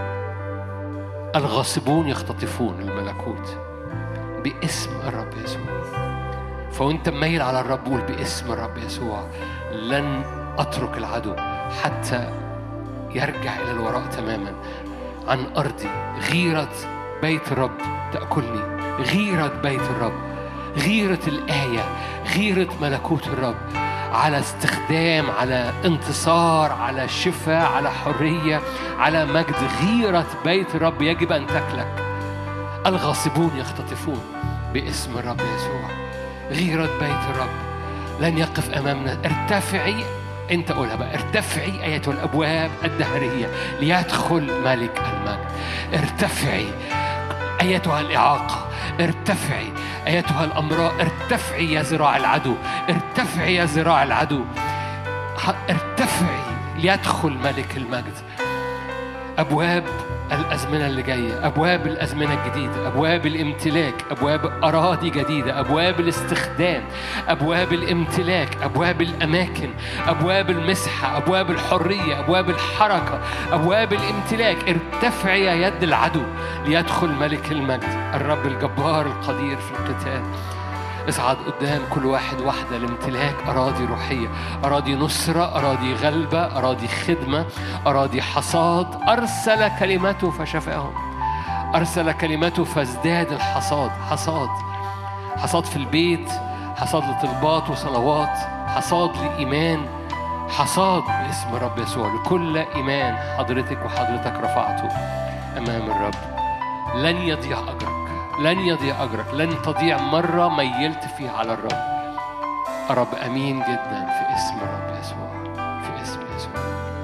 الغاصبون يختطفون الملكوت باسم الرب يسوع. فوانت مميل على الرب قول باسم الرب يسوع: لن أترك العدو حتى يرجع إلى الوراء تماما عن أرضي. غيرة بيت الرب تأكلني، غيرة بيت الرب، غيرة الآية، غيرة ملكوت الرب على استخدام، على انتصار، على شفاء، على حرية، على مجد. غيرة بيت الرب يجب أن تكلك. الغاصبون يختطفون باسم الرب يسوع. غيرة بيت الرب لن يقف أمامنا. ارتفعي، انت قولها بقى: ارتفعي ايتها الابواب الدهريه ليدخل ملك المجد. ارتفعي ايتها الاعاقه، ارتفعي ايتها الامراض، ارتفعي يا ذراع العدو، ارتفعي يا ذراع العدو، ارتفعي ليدخل ملك المجد. أبواب الأزمنة اللي جاية، أبواب الأزمنة الجديدة، أبواب الامتلاك، أبواب أراضي جديدة، أبواب الاستخدام، أبواب الامتلاك، أبواب الأماكن، أبواب المسحة، أبواب الحرية، أبواب الحركة، أبواب الامتلاك. ارتفعي يا يد العدو ليدخل ملك المجد. الرب الجبار القدير في القتال. اصعد قدام كل واحد واحدة لامتلاك أراضي روحية، أراضي نصرة، أراضي غلبة، أراضي خدمة، أراضي حصاد. أرسل كلمته فشفاهم، أرسل كلمته فازداد الحصاد. حصاد، حصاد في البيت، حصاد لطلبات وصلوات، حصاد لإيمان، حصاد باسم الرب يسوع لكل إيمان حضرتك وحضرتك رفعته أمام الرب. لن يضيع أجرك، لن يضيع أجرك، لن تضيع مرة ميلت فيها على الرب. الرب أمين جدا في اسم الرب يسوع، في اسم يسوع.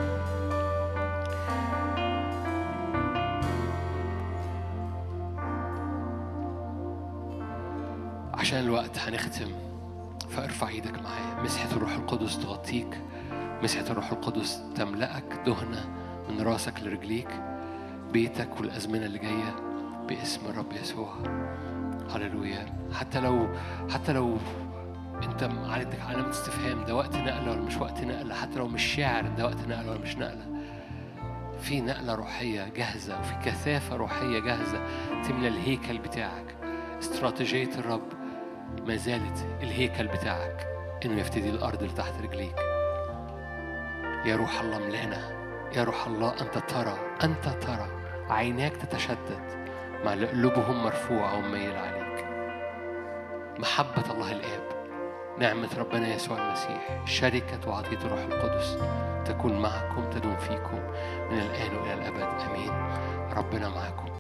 عشان الوقت هنختم، فارفع ايدك معايا. مسحة الروح القدس تغطيك، مسحة الروح القدس تملأك دهنة من راسك لرجليك، بيتك والأزمنة اللي جاية باسم الرب يسوع. هللويا. حتى لو حتى لو انت عندك علامة استفهام، ده وقت نقلة ولا مش وقت نقلة؟ حتى لو مش شاعر ده وقت نقلة ولا مش نقلة؟ في نقلة روحية جاهزة وفي كثافة روحية جاهزة تملى الهيكل بتاعك. استراتيجية الرب ما زالت الهيكل بتاعك انه يفتدي الارض اللي تحت رجليك. يا روح الله ملانا، يا روح الله انت ترى، انت ترى، عيناك تتشدد مع اللي قلوبهم مرفوعة وميل عليك. محبة الله الآب، نعمة ربنا يسوع المسيح، شركة وعطية الروح القدس تكون معكم، تدوم فيكم من الآن وإلى الأبد. آمين. ربنا معكم.